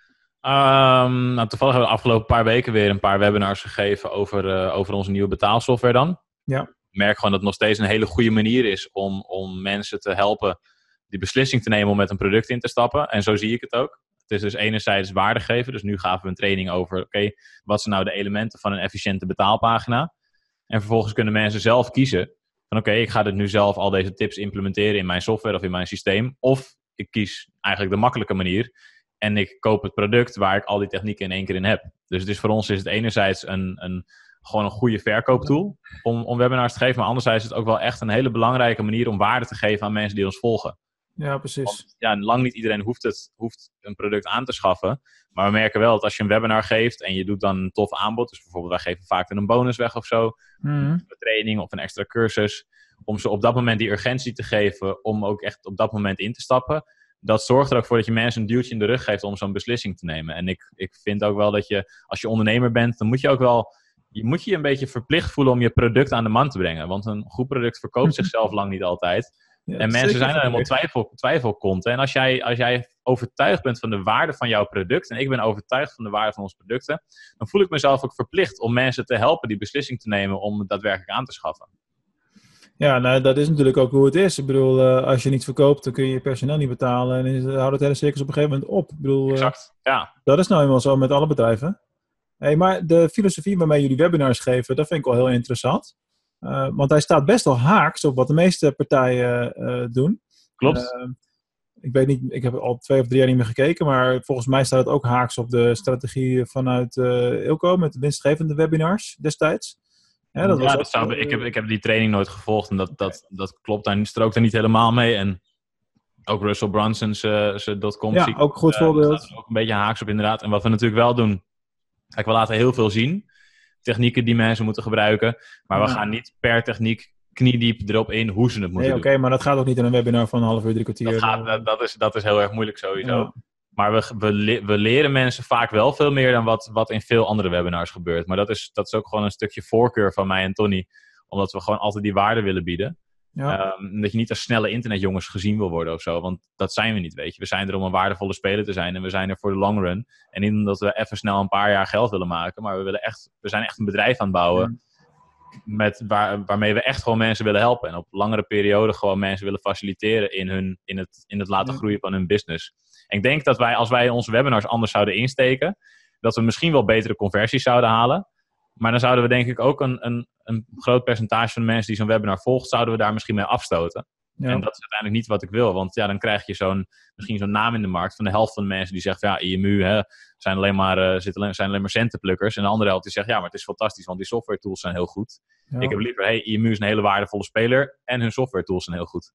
Um, nou, toevallig hebben we de afgelopen paar weken weer een paar webinars gegeven over, uh, over onze nieuwe betaalsoftware dan. Ja. Ik merk gewoon dat het nog steeds een hele goede manier is om, om mensen te helpen die beslissing te nemen om met een product in te stappen. En zo zie ik het ook. Het is dus enerzijds waarde geven. Dus nu gaven we een training over, oké, okay, wat zijn nou de elementen van een efficiënte betaalpagina? En vervolgens kunnen mensen zelf kiezen van oké, okay, ik ga dit nu zelf al deze tips implementeren in mijn software of in mijn systeem. Of ik kies eigenlijk de makkelijke manier en ik koop het product waar ik al die technieken in één keer in heb. Dus het is voor ons is het enerzijds een, een, gewoon een goede verkooptool om, om webinars te geven. Maar anderzijds is het ook wel echt een hele belangrijke manier om waarde te geven aan mensen die ons volgen. Ja, precies. Want, ja, lang niet iedereen hoeft, het, hoeft een product aan te schaffen. Maar we merken wel dat als je een webinar geeft en je doet dan een tof aanbod. Dus bijvoorbeeld wij geven vaak een bonus weg of zo. Mm-hmm. Een training of een extra cursus. Om ze op dat moment die urgentie te geven om ook echt op dat moment in te stappen. Dat zorgt er ook voor dat je mensen een duwtje in de rug geeft om zo'n beslissing te nemen. En ik, ik vind ook wel dat je, als je ondernemer bent, dan moet je ook wel, je moet je een beetje verplicht voelen om je product aan de man te brengen. Want een goed product verkoopt zichzelf lang niet altijd. Ja, en mensen zijn er helemaal twijfel, twijfelkonten. En als jij, als jij overtuigd bent van de waarde van jouw product, en ik ben overtuigd van de waarde van onze producten, dan voel ik mezelf ook verplicht om mensen te helpen die beslissing te nemen om het daadwerkelijk aan te schaffen. Ja, nou, dat is natuurlijk ook hoe het is. Ik bedoel, uh, als je niets verkoopt, dan kun je je personeel niet betalen. En dan houdt het hele circus op een gegeven moment op. Ik bedoel, exact, ja. Dat is nou eenmaal zo met alle bedrijven. Hey, maar de filosofie waarmee jullie webinars geven, dat vind ik wel heel interessant. Uh, want hij staat best wel haaks op wat de meeste partijen uh, doen. Klopt. Uh, ik weet niet, ik heb al twee of drie jaar niet meer gekeken, maar volgens mij staat het ook haaks op de strategie vanuit uh, Ilco met de winstgevende webinars destijds. Ja, dat, ja, dat zou, ik, heb, ik heb die training nooit gevolgd en dat, dat, dat klopt, daar strookt er niet helemaal mee. En ook Russell Brunson's zijn dotcom. Ja, ook een goed uh, voorbeeld. Staat er ook een beetje haaks op inderdaad. En wat we natuurlijk wel doen, kijk, we laten heel veel zien. Technieken die mensen moeten gebruiken. Maar ja. we gaan niet per techniek kniediep erop in hoe ze het moeten nee, doen. Oké, okay, maar dat gaat ook niet in een webinar van een half uur, drie kwartier. Dat, gaat, dat, dat, is, dat is heel erg moeilijk sowieso. Ja. Maar we, we, we leren mensen vaak wel veel meer dan wat, wat in veel andere webinars gebeurt. Maar dat is, dat is ook gewoon een stukje voorkeur van mij en Tony. Omdat we gewoon altijd die waarde willen bieden. Ja. Um, dat je niet als snelle internetjongens gezien wil worden of zo. Want dat zijn we niet, weet je. We zijn er om een waardevolle speler te zijn. En we zijn er voor de long run. En niet omdat we even snel een paar jaar geld willen maken. Maar we, willen echt, we zijn echt een bedrijf aan het bouwen. Ja. Met waar, waarmee we echt gewoon mensen willen helpen. En op langere perioden gewoon mensen willen faciliteren in, hun, in, het, in het laten ja. groeien van hun business. En ik denk dat wij, als wij onze webinars anders zouden insteken, dat we misschien wel betere conversies zouden halen. Maar dan zouden we denk ik ook een, een, een groot percentage van de mensen die zo'n webinar volgt, zouden we daar misschien mee afstoten. Ja. En dat is uiteindelijk niet wat ik wil. Want ja, dan krijg je zo'n, misschien zo'n naam in de markt van de helft van de mensen die zegt, ja, I M U hè, zijn, alleen maar, uh, zitten alleen, zijn alleen maar centenplukkers. En de andere helft die zegt, ja, maar het is fantastisch, want die software tools zijn heel goed. Ja. Ik heb liever, hey, I M U is een hele waardevolle speler en hun software tools zijn heel goed.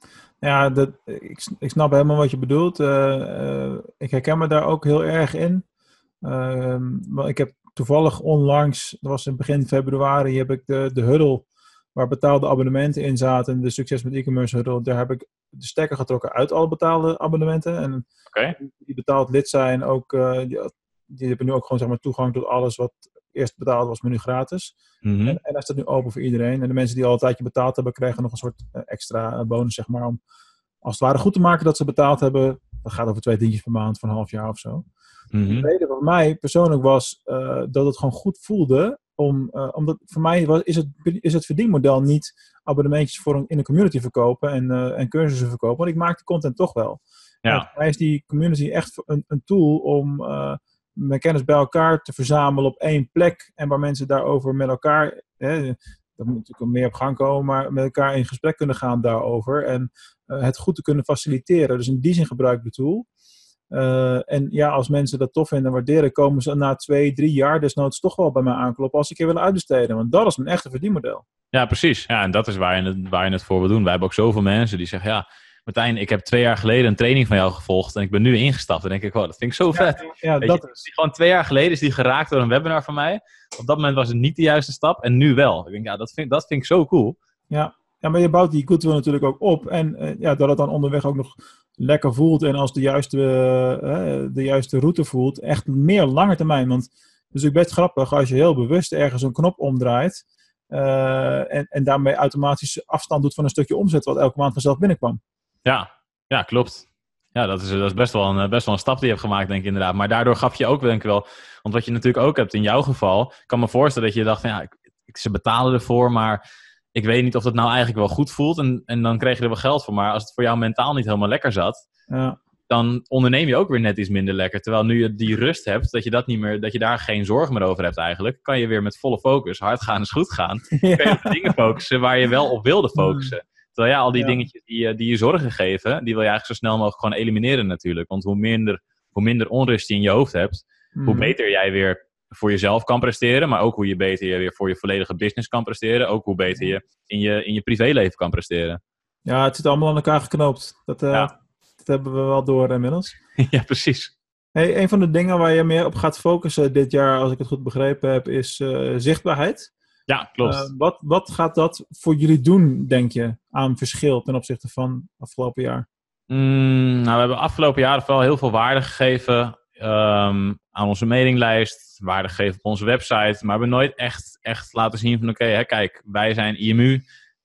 Ja, dat, ik, ik snap helemaal wat je bedoelt. Uh, uh, ik herken me daar ook heel erg in. Uh, maar ik heb toevallig onlangs, dat was in begin februari, heb ik de, de huddle waar betaalde abonnementen in zaten. De Succes met e-commerce huddle. Daar heb ik de stekker getrokken uit alle betaalde abonnementen. En okay. die betaald lid zijn ook, uh, die, die hebben nu ook gewoon zeg maar toegang tot alles wat eerst betaald was, maar nu gratis. Mm-hmm. En, en dat staat nu open voor iedereen. En de mensen die al een tijdje betaald hebben, krijgen nog een soort uh, extra bonus, zeg maar, om als het ware goed te maken dat ze betaald hebben. Dat gaat over twee tientjes per maand voor een half jaar of zo. Mm-hmm. De reden voor mij persoonlijk was uh, dat het gewoon goed voelde. Om, uh, omdat voor mij was, is, het, is het verdienmodel niet abonnementjes voor een, in een community verkopen en, uh, en cursussen verkopen. Want ik maak de content toch wel. Ja. Voor mij is die community echt een, een tool om uh, mijn kennis bij elkaar te verzamelen op één plek. En waar mensen daarover met elkaar, hè, dat moet natuurlijk meer op gang komen, maar met elkaar in gesprek kunnen gaan daarover. En uh, het goed te kunnen faciliteren. Dus in die zin gebruik ik de tool. Uh, en ja, als mensen dat tof vinden en waarderen, komen ze na twee, drie jaar desnoods toch wel bij mij aankloppen als ze een keer willen uitbesteden. Want dat is mijn echte verdienmodel. Ja, precies. Ja, en dat is waar je, het, waar je het voor wil doen. Wij hebben ook zoveel mensen die zeggen, ja, Martijn, ik heb twee jaar geleden een training van jou gevolgd en ik ben nu ingestapt. Dan denk ik, wow, dat vind ik zo vet. Ja, ja Weet dat je, is. Gewoon twee jaar geleden is die geraakt door een webinar van mij. Op dat moment was het niet de juiste stap en nu wel. Ik denk, ja, dat vind, dat vind ik zo cool. Ja. ja, maar je bouwt die goodwill natuurlijk ook op. En uh, ja, dat het dan onderweg ook nog lekker voelt en als de juiste, uh, de juiste route voelt, echt meer lange termijn. Want het is natuurlijk best grappig als je heel bewust ergens een knop omdraait uh, en, en daarmee automatisch afstand doet van een stukje omzet wat elke maand vanzelf binnenkwam. Ja, ja, klopt. Ja, dat is, dat is best, wel een, best wel een stap die je hebt gemaakt, denk ik inderdaad. Maar daardoor gaf je ook, denk ik wel, want wat je natuurlijk ook hebt in jouw geval, ik kan me voorstellen dat je dacht van ja, ik, ik, ze betalen ervoor, maar ik weet niet of dat nou eigenlijk wel goed voelt. En, en dan kreeg je er wel geld voor. Maar als het voor jou mentaal niet helemaal lekker zat, ja. dan onderneem je ook weer net iets minder lekker. Terwijl nu je die rust hebt, dat je, dat niet meer, dat je daar geen zorgen meer over hebt eigenlijk, kan je weer met volle focus, hard gaan is goed gaan, ja. kan je op de dingen focussen waar je wel op wilde focussen. Terwijl ja, al die ja. dingetjes die, die je zorgen geven, die wil je eigenlijk zo snel mogelijk gewoon elimineren natuurlijk. Want hoe minder, hoe minder onrust je in je hoofd hebt, mm. hoe beter jij weer voor jezelf kan presteren, maar ook hoe je beter je weer voor je volledige business kan presteren. Ook hoe beter je in je, in je privéleven kan presteren. Ja, het zit allemaal aan elkaar geknoopt. Dat, uh, ja. dat hebben we wel door inmiddels. Ja, precies. Hey, een van de dingen waar je meer op gaat focussen dit jaar, als ik het goed begrepen heb, is uh, zichtbaarheid. Ja, klopt. Uh, wat, wat gaat dat voor jullie doen, denk je, aan verschil ten opzichte van afgelopen jaar? Mm, nou, we hebben afgelopen jaar vooral heel veel waarde gegeven um, aan onze mailinglijst, waarde gegeven op onze website, maar we hebben nooit echt, echt laten zien van oké, okay, kijk, wij zijn I M U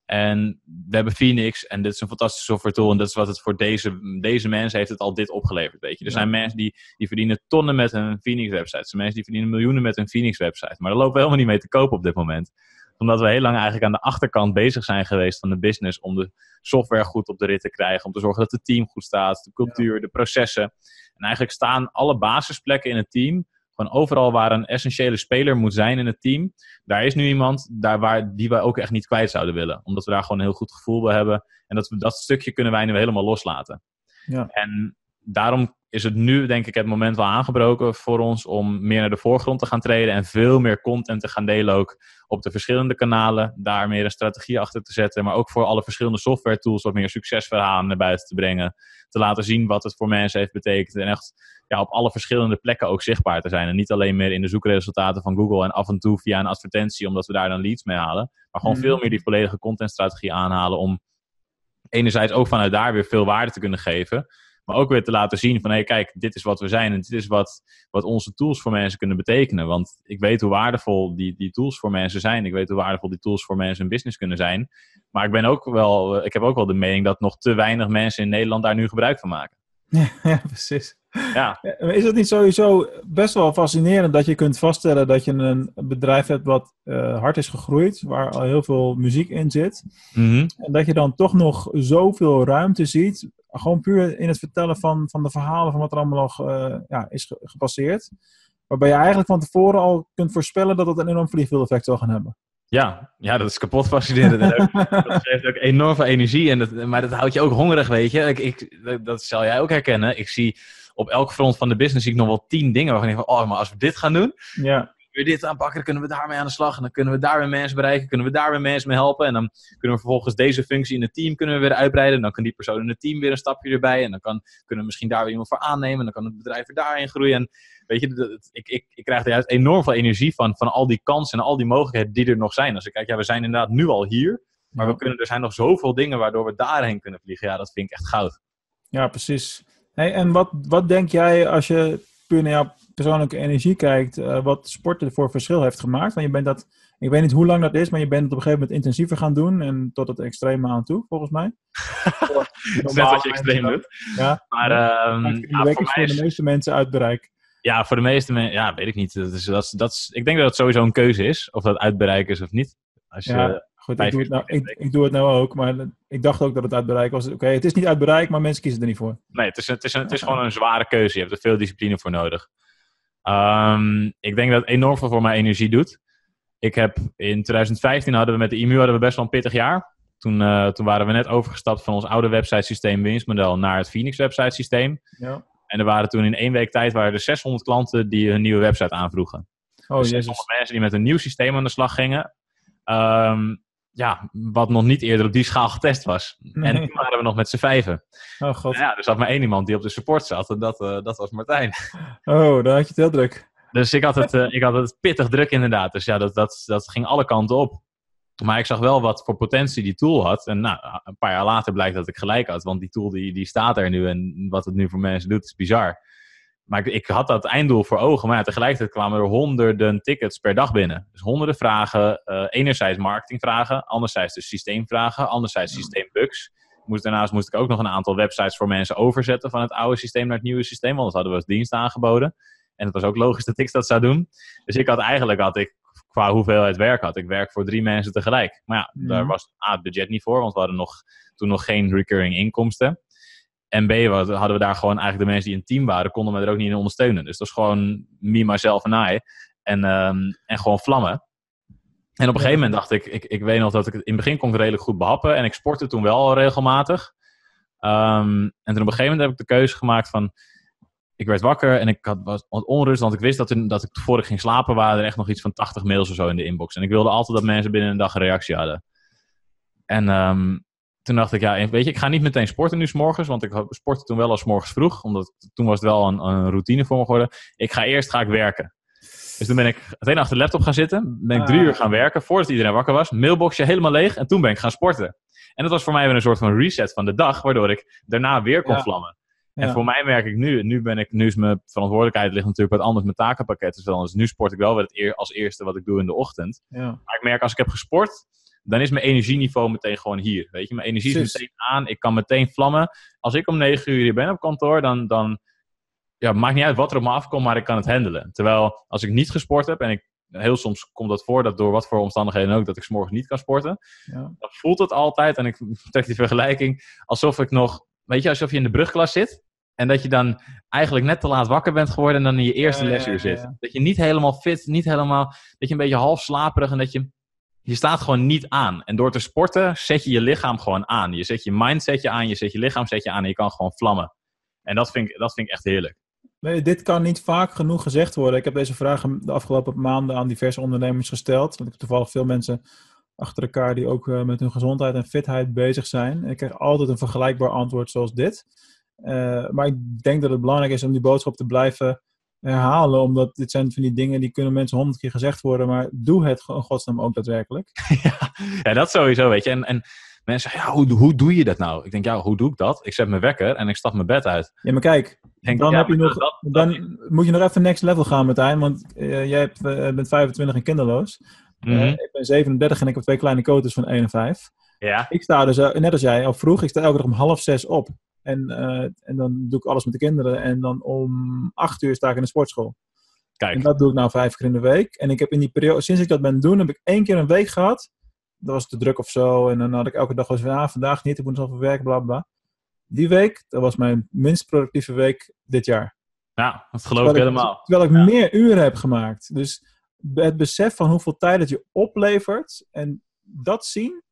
en we hebben Phoenix en dit is een fantastische software tool en dat is wat het voor deze, deze mensen heeft het al dit opgeleverd, weet je. Er ja. zijn mensen die, die verdienen tonnen met een Phoenix website, er zijn mensen die verdienen miljoenen met een Phoenix website, maar daar lopen we helemaal niet mee te koop op dit moment. Omdat we heel lang eigenlijk aan de achterkant bezig zijn geweest van de business om de software goed op de rit te krijgen, om te zorgen dat het team goed staat, de cultuur, ja. de processen. En eigenlijk staan alle basisplekken in het team, gewoon overal waar een essentiële speler moet zijn in het team, daar is nu iemand daar waar, die wij ook echt niet kwijt zouden willen. Omdat we daar gewoon een heel goed gevoel bij hebben. En dat, we, dat stukje kunnen wij nu helemaal loslaten. Ja. En daarom is het nu, denk ik, het moment wel aangebroken voor ons om meer naar de voorgrond te gaan treden en veel meer content te gaan delen ook op de verschillende kanalen. Daar meer een strategie achter te zetten, maar ook voor alle verschillende software tools wat meer succesverhalen naar buiten te brengen. Te laten zien wat het voor mensen heeft betekend en echt ja, op alle verschillende plekken ook zichtbaar te zijn. En niet alleen meer in de zoekresultaten van Google en af en toe via een advertentie, omdat we daar dan leads mee halen. Maar gewoon mm. veel meer die volledige contentstrategie aanhalen om enerzijds ook vanuit daar weer veel waarde te kunnen geven. Maar ook weer te laten zien van, hé, hey, kijk, dit is wat we zijn en dit is wat, wat onze tools voor mensen kunnen betekenen. Want ik weet hoe waardevol die, die tools voor mensen zijn. Ik weet hoe waardevol die tools voor mensen in business kunnen zijn. Maar ik ben ook wel, ik heb ook wel de mening dat nog te weinig mensen in Nederland daar nu gebruik van maken. Ja, ja precies. Ja. Is het niet sowieso best wel fascinerend dat je kunt vaststellen dat je een bedrijf hebt wat uh, hard is gegroeid, waar al heel veel muziek in zit. Mm-hmm. En dat je dan toch nog zoveel ruimte ziet, gewoon puur in het vertellen van, van de verhalen van wat er allemaal nog uh, ja, is gepasseerd. Waarbij je eigenlijk van tevoren al kunt voorspellen dat het een enorm vliegwiel-effect zal gaan hebben. Ja, ja, dat is kapot fascinerend. En ook, dat geeft ook enorm veel energie. En dat, maar dat houdt je ook hongerig, weet je. Ik, ik, dat zal jij ook herkennen. Ik zie op elk front van de business zie ik nog wel tien dingen waarvan ik denk van, oh, maar als we dit gaan doen, ja. weer dit aanpakken, dan kunnen we daarmee aan de slag. En dan kunnen we daar weer mensen bereiken, kunnen we daar weer mensen mee helpen. En dan kunnen we vervolgens deze functie in het team kunnen we weer uitbreiden. En dan kan die persoon in het team weer een stapje erbij. En dan kan, kunnen we misschien daar weer iemand voor aannemen. En dan kan het bedrijf weer daarin groeien. En weet je, dat, ik, ik, ik krijg er juist enorm veel energie van, van al die kansen en al die mogelijkheden die er nog zijn. Als ik kijk, ja, we zijn inderdaad nu al hier. Maar we kunnen, er zijn nog zoveel dingen waardoor we daarheen kunnen vliegen. Ja, dat vind ik echt goud. Ja, precies. Hey, en wat, wat denk jij als je puur naar jouw persoonlijke energie kijkt, uh, wat sport er voor verschil heeft gemaakt? Want je bent dat, ik weet niet hoe lang dat is, maar je bent het op een gegeven moment intensiever gaan doen en tot het extreme aan toe, volgens mij. Net wat je extreem doet. Ja. Maar um, ja, ja, voor, voor de meeste mensen uit bereik. Ja, voor de meeste mensen, ja, weet ik niet. Dat is, dat is, dat is, ik denk dat het sowieso een keuze is, of dat uitbereik is of niet. Als je, ja, goed, ik doe, het nou, ik, ik doe het nou ook, maar ik dacht ook dat het uit bereik was. Oké, okay, het is niet uit bereik, maar mensen kiezen er niet voor. Nee, het is, het is, een, het is gewoon een zware keuze. Je hebt er veel discipline voor nodig. Um, ik denk dat het enorm veel voor mijn energie doet. ik heb in twintig vijftien hadden we met de E M U hadden we best wel een pittig jaar. Toen, uh, toen waren we net overgestapt van ons oude websitesysteem winstmodel naar het Phoenix websitesysteem. Ja. En er waren toen in één week tijd waren er zeshonderd klanten die hun nieuwe website aanvroegen. Oh, dus jezus. sommige mensen die met een nieuw systeem aan de slag gingen. Um, ja, wat nog niet eerder op die schaal getest was. Nee. En toen waren we nog met z'n vijven. Oh god. Nou ja, er zat maar één iemand die op de support zat en dat, uh, dat was Martijn. Oh, daar had je het heel druk. Dus ik had het, uh, ik had het pittig druk inderdaad. Dus ja, dat, dat, dat ging alle kanten op. Maar ik zag wel wat voor potentie die tool had. En nou, een paar jaar later blijkt dat ik gelijk had. Want die tool die, die staat er nu en wat het nu voor mensen doet is bizar. Maar ik, ik had dat einddoel voor ogen. Maar ja, tegelijkertijd kwamen er honderden tickets per dag binnen. Dus honderden vragen. Uh, enerzijds marketingvragen. Anderzijds dus systeemvragen. Anderzijds systeembugs. Moest, daarnaast moest ik ook nog een aantal websites voor mensen overzetten van het oude systeem naar het nieuwe systeem. Want dat hadden we als dienst aangeboden. En het was ook logisch dat ik dat zou doen. Dus ik had eigenlijk, had ik, qua hoeveelheid werk had, ik werk voor drie mensen tegelijk. Maar ja, mm. daar was A, het budget niet voor, want we hadden nog, toen nog geen recurring inkomsten. En B, hadden we daar gewoon eigenlijk de mensen die in het team waren, konden me er ook niet in ondersteunen. Dus dat was gewoon me, myself en I. En, um, en gewoon vlammen. En op een gegeven moment dacht ik, ik, ik weet nog dat ik het in het begin kon ik redelijk goed behappen. En ik sportte toen wel al regelmatig. Um, en toen op een gegeven moment heb ik de keuze gemaakt van, ik werd wakker en ik had, was onrust, want ik wist dat, er, dat ik voor ik ging slapen waren er echt nog iets van tachtig mails of zo in de inbox. En ik wilde altijd dat mensen binnen een dag een reactie hadden. En um, toen dacht ik, ja, weet je, ik ga niet meteen sporten nu 's morgens, want ik sportte toen wel al 's morgens vroeg, omdat toen was het wel een, een routine voor me geworden. Ik ga eerst ga ik werken. Dus toen ben ik meteen achter de laptop gaan zitten, ben ik drie uur gaan werken, voordat iedereen wakker was, mailboxje helemaal leeg en toen ben ik gaan sporten. En dat was voor mij weer een soort van reset van de dag, waardoor ik daarna weer kon ja. vlammen. En ja. voor mij merk ik nu, nu, ben ik, nu is mijn verantwoordelijkheid ligt natuurlijk wat anders, mijn takenpakket is wel. Dus nu sport ik wel weer het eer, als eerste wat ik doe in de ochtend. Ja. Maar ik merk als ik heb gesport, dan is mijn energieniveau meteen gewoon hier. Weet je, mijn energie Precies. is meteen aan, ik kan meteen vlammen. Als ik om negen uur hier ben op kantoor, dan, dan ja, maakt niet uit wat er op me afkomt, maar ik kan het handelen. Terwijl als ik niet gesport heb, en ik, heel soms komt dat voor, dat door wat voor omstandigheden ook, dat ik 's morgens niet kan sporten. Ja. Dan voelt het altijd, en ik trek die vergelijking, alsof ik nog, weet je, alsof je in de brugklas zit. En dat je dan eigenlijk net te laat wakker bent geworden en dan in je eerste ja, lesuur zit. Ja, ja. Dat je niet helemaal fit, niet helemaal, dat je een beetje half slaperig en dat je, je staat gewoon niet aan. En door te sporten zet je je lichaam gewoon aan. Je zet je mindset je aan, je zet je lichaam zet je aan en je kan gewoon vlammen. En dat vind ik, dat vind ik echt heerlijk. Nee, dit kan niet vaak genoeg gezegd worden. Ik heb deze vraag de afgelopen maanden aan diverse ondernemers gesteld. Want ik heb toevallig veel mensen achter elkaar die ook uh, met hun gezondheid en fitheid bezig zijn. En ik krijg altijd een vergelijkbaar antwoord zoals dit. Uh, maar ik denk dat het belangrijk is om die boodschap te blijven herhalen. Omdat dit zijn van die dingen die kunnen mensen honderd keer gezegd worden. Maar doe het in godsnaam ook daadwerkelijk. Ja, ja, dat sowieso, weet je. En, en mensen zeggen, ja, hoe, hoe doe je dat nou? Ik denk, ja, hoe doe ik dat? Ik zet mijn wekker en ik stap mijn bed uit. Ja, maar kijk, denk, dan, ja, heb je nog, dat, dat, dan dat... moet je nog even next level gaan, Martijn. Want uh, jij hebt, uh, bent vijfentwintig en kinderloos. Mm-hmm. Uh, ik ben zevenendertig en ik heb twee kleine koters van één en vijf. Ja. Ik sta dus, uh, net als jij, al vroeg, ik sta elke dag om half zes op. En, uh, en dan doe ik alles met de kinderen. En dan om acht uur sta ik in de sportschool. Kijk. En dat doe ik nou vijf keer in de week. En ik heb in die periode, sinds ik dat ben doen, heb ik één keer een week gehad. Dat was te druk of zo. En dan had ik elke dag wel eens van, ah, vandaag niet, ik moet nog even werken, bla bla. Die week, dat was mijn minst productieve week dit jaar. Ja, dat geloof terwijl ik helemaal. Ik, terwijl ik ja. meer uren heb gemaakt. Dus het besef van hoeveel tijd het je oplevert en dat zien.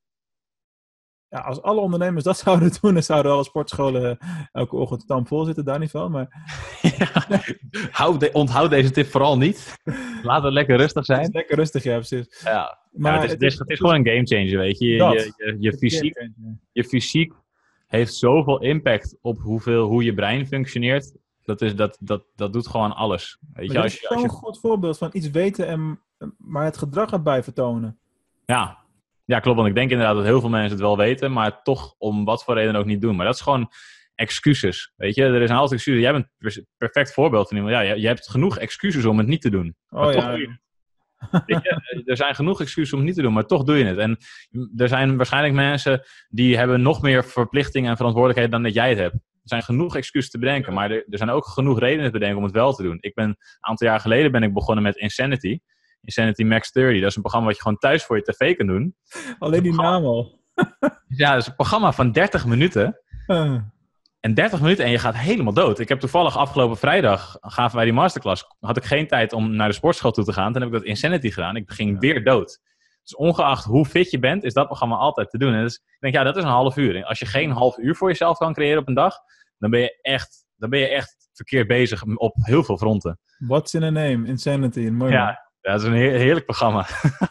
Ja, als alle ondernemers dat zouden doen, dan zouden alle sportscholen elke ochtend vol zitten, daar niet van. Maar... Ja, hou de, onthoud deze tip vooral niet. Laat het lekker rustig zijn. Het is lekker rustig, ja, precies. Ja, maar ja, het, is, het, is, het, is, het is gewoon een gamechanger, weet je. Je, je, je, je, fysiek, je fysiek heeft zoveel impact op hoeveel, hoe je brein functioneert. Dat, is, dat, dat, dat doet gewoon alles. Weet je, als je, als je... zo'n goed voorbeeld van iets weten, en, maar het gedrag erbij vertonen. Ja. Ja, klopt. Want ik denk inderdaad dat heel veel mensen het wel weten, maar toch om wat voor reden ook niet doen. Maar dat is gewoon excuses. Weet je, er zijn altijd excuses. Jij bent een perfect voorbeeld van iemand. Ja, je, je hebt genoeg excuses om het niet te doen. Maar oh, toch ja. doe je het. Weet je, er zijn genoeg excuses om het niet te doen, maar toch doe je het. En er zijn waarschijnlijk mensen die hebben nog meer verplichtingen en verantwoordelijkheden dan dat jij het hebt. Er zijn genoeg excuses te bedenken, maar er, er zijn ook genoeg redenen te bedenken om het wel te doen. Ik ben, een aantal jaar geleden ben ik begonnen met Insanity. Insanity Max dertig, dat is een programma wat je gewoon thuis voor je tv kan doen. Alleen die naam al. Ja, dat is een programma van dertig minuten. Uh. En dertig minuten en je gaat helemaal dood. Ik heb toevallig afgelopen vrijdag, gaven wij die masterclass, had ik geen tijd om naar de sportschool toe te gaan. Toen heb ik dat Insanity gedaan. Ik ging ja. weer dood. Dus ongeacht hoe fit je bent, is dat programma altijd te doen. En dus ik denk, ja, dat is een half uur. En als je geen half uur voor jezelf kan creëren op een dag, dan ben je echt, dan ben je echt verkeerd bezig op heel veel fronten. What's in a name? Insanity. Een mooi ja, ja, dat is een heerlijk programma.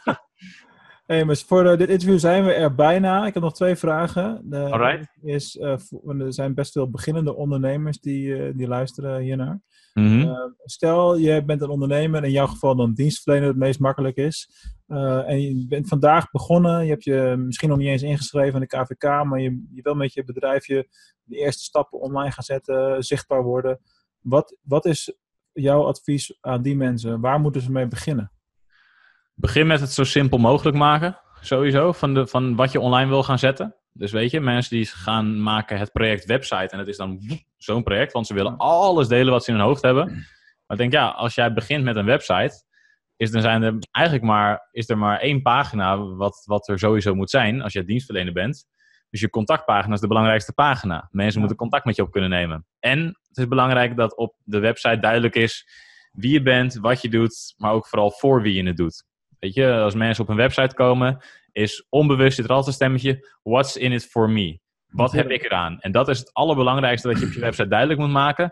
Hey, maar voor uh, dit interview zijn we er bijna. Ik heb nog twee vragen. De Alright. Is, uh, voor, er zijn best veel beginnende ondernemers die, uh, die luisteren hiernaar. Mm-hmm. Uh, stel, je bent een ondernemer, in jouw geval dan dienstverlener het meest makkelijk is. Uh, en je bent vandaag begonnen, je hebt je misschien nog niet eens ingeschreven aan de K V K, maar je, je wil met je bedrijfje de eerste stappen online gaan zetten, zichtbaar worden. Wat, wat is jouw advies aan die mensen? Waar moeten ze mee beginnen? Begin met het zo simpel mogelijk maken, sowieso, van, de, van wat je online wil gaan zetten. Dus weet je, mensen die gaan maken het project website en het is dan zo'n project, want ze willen alles delen wat ze in hun hoofd hebben. Maar ik denk, ja, als jij begint met een website, is, dan zijn er eigenlijk maar, is er maar één pagina wat, wat er sowieso moet zijn als je dienstverlener bent. Dus je contactpagina is de belangrijkste pagina. Mensen ja. moeten contact met je op kunnen nemen. En het is belangrijk dat op de website duidelijk is wie je bent, wat je doet, maar ook vooral voor wie je het doet. Weet je, als mensen op een website komen, is onbewust zit er altijd een stemmetje, what's in it for me? Wat heb ik eraan? En dat is het allerbelangrijkste dat je op je website duidelijk moet maken.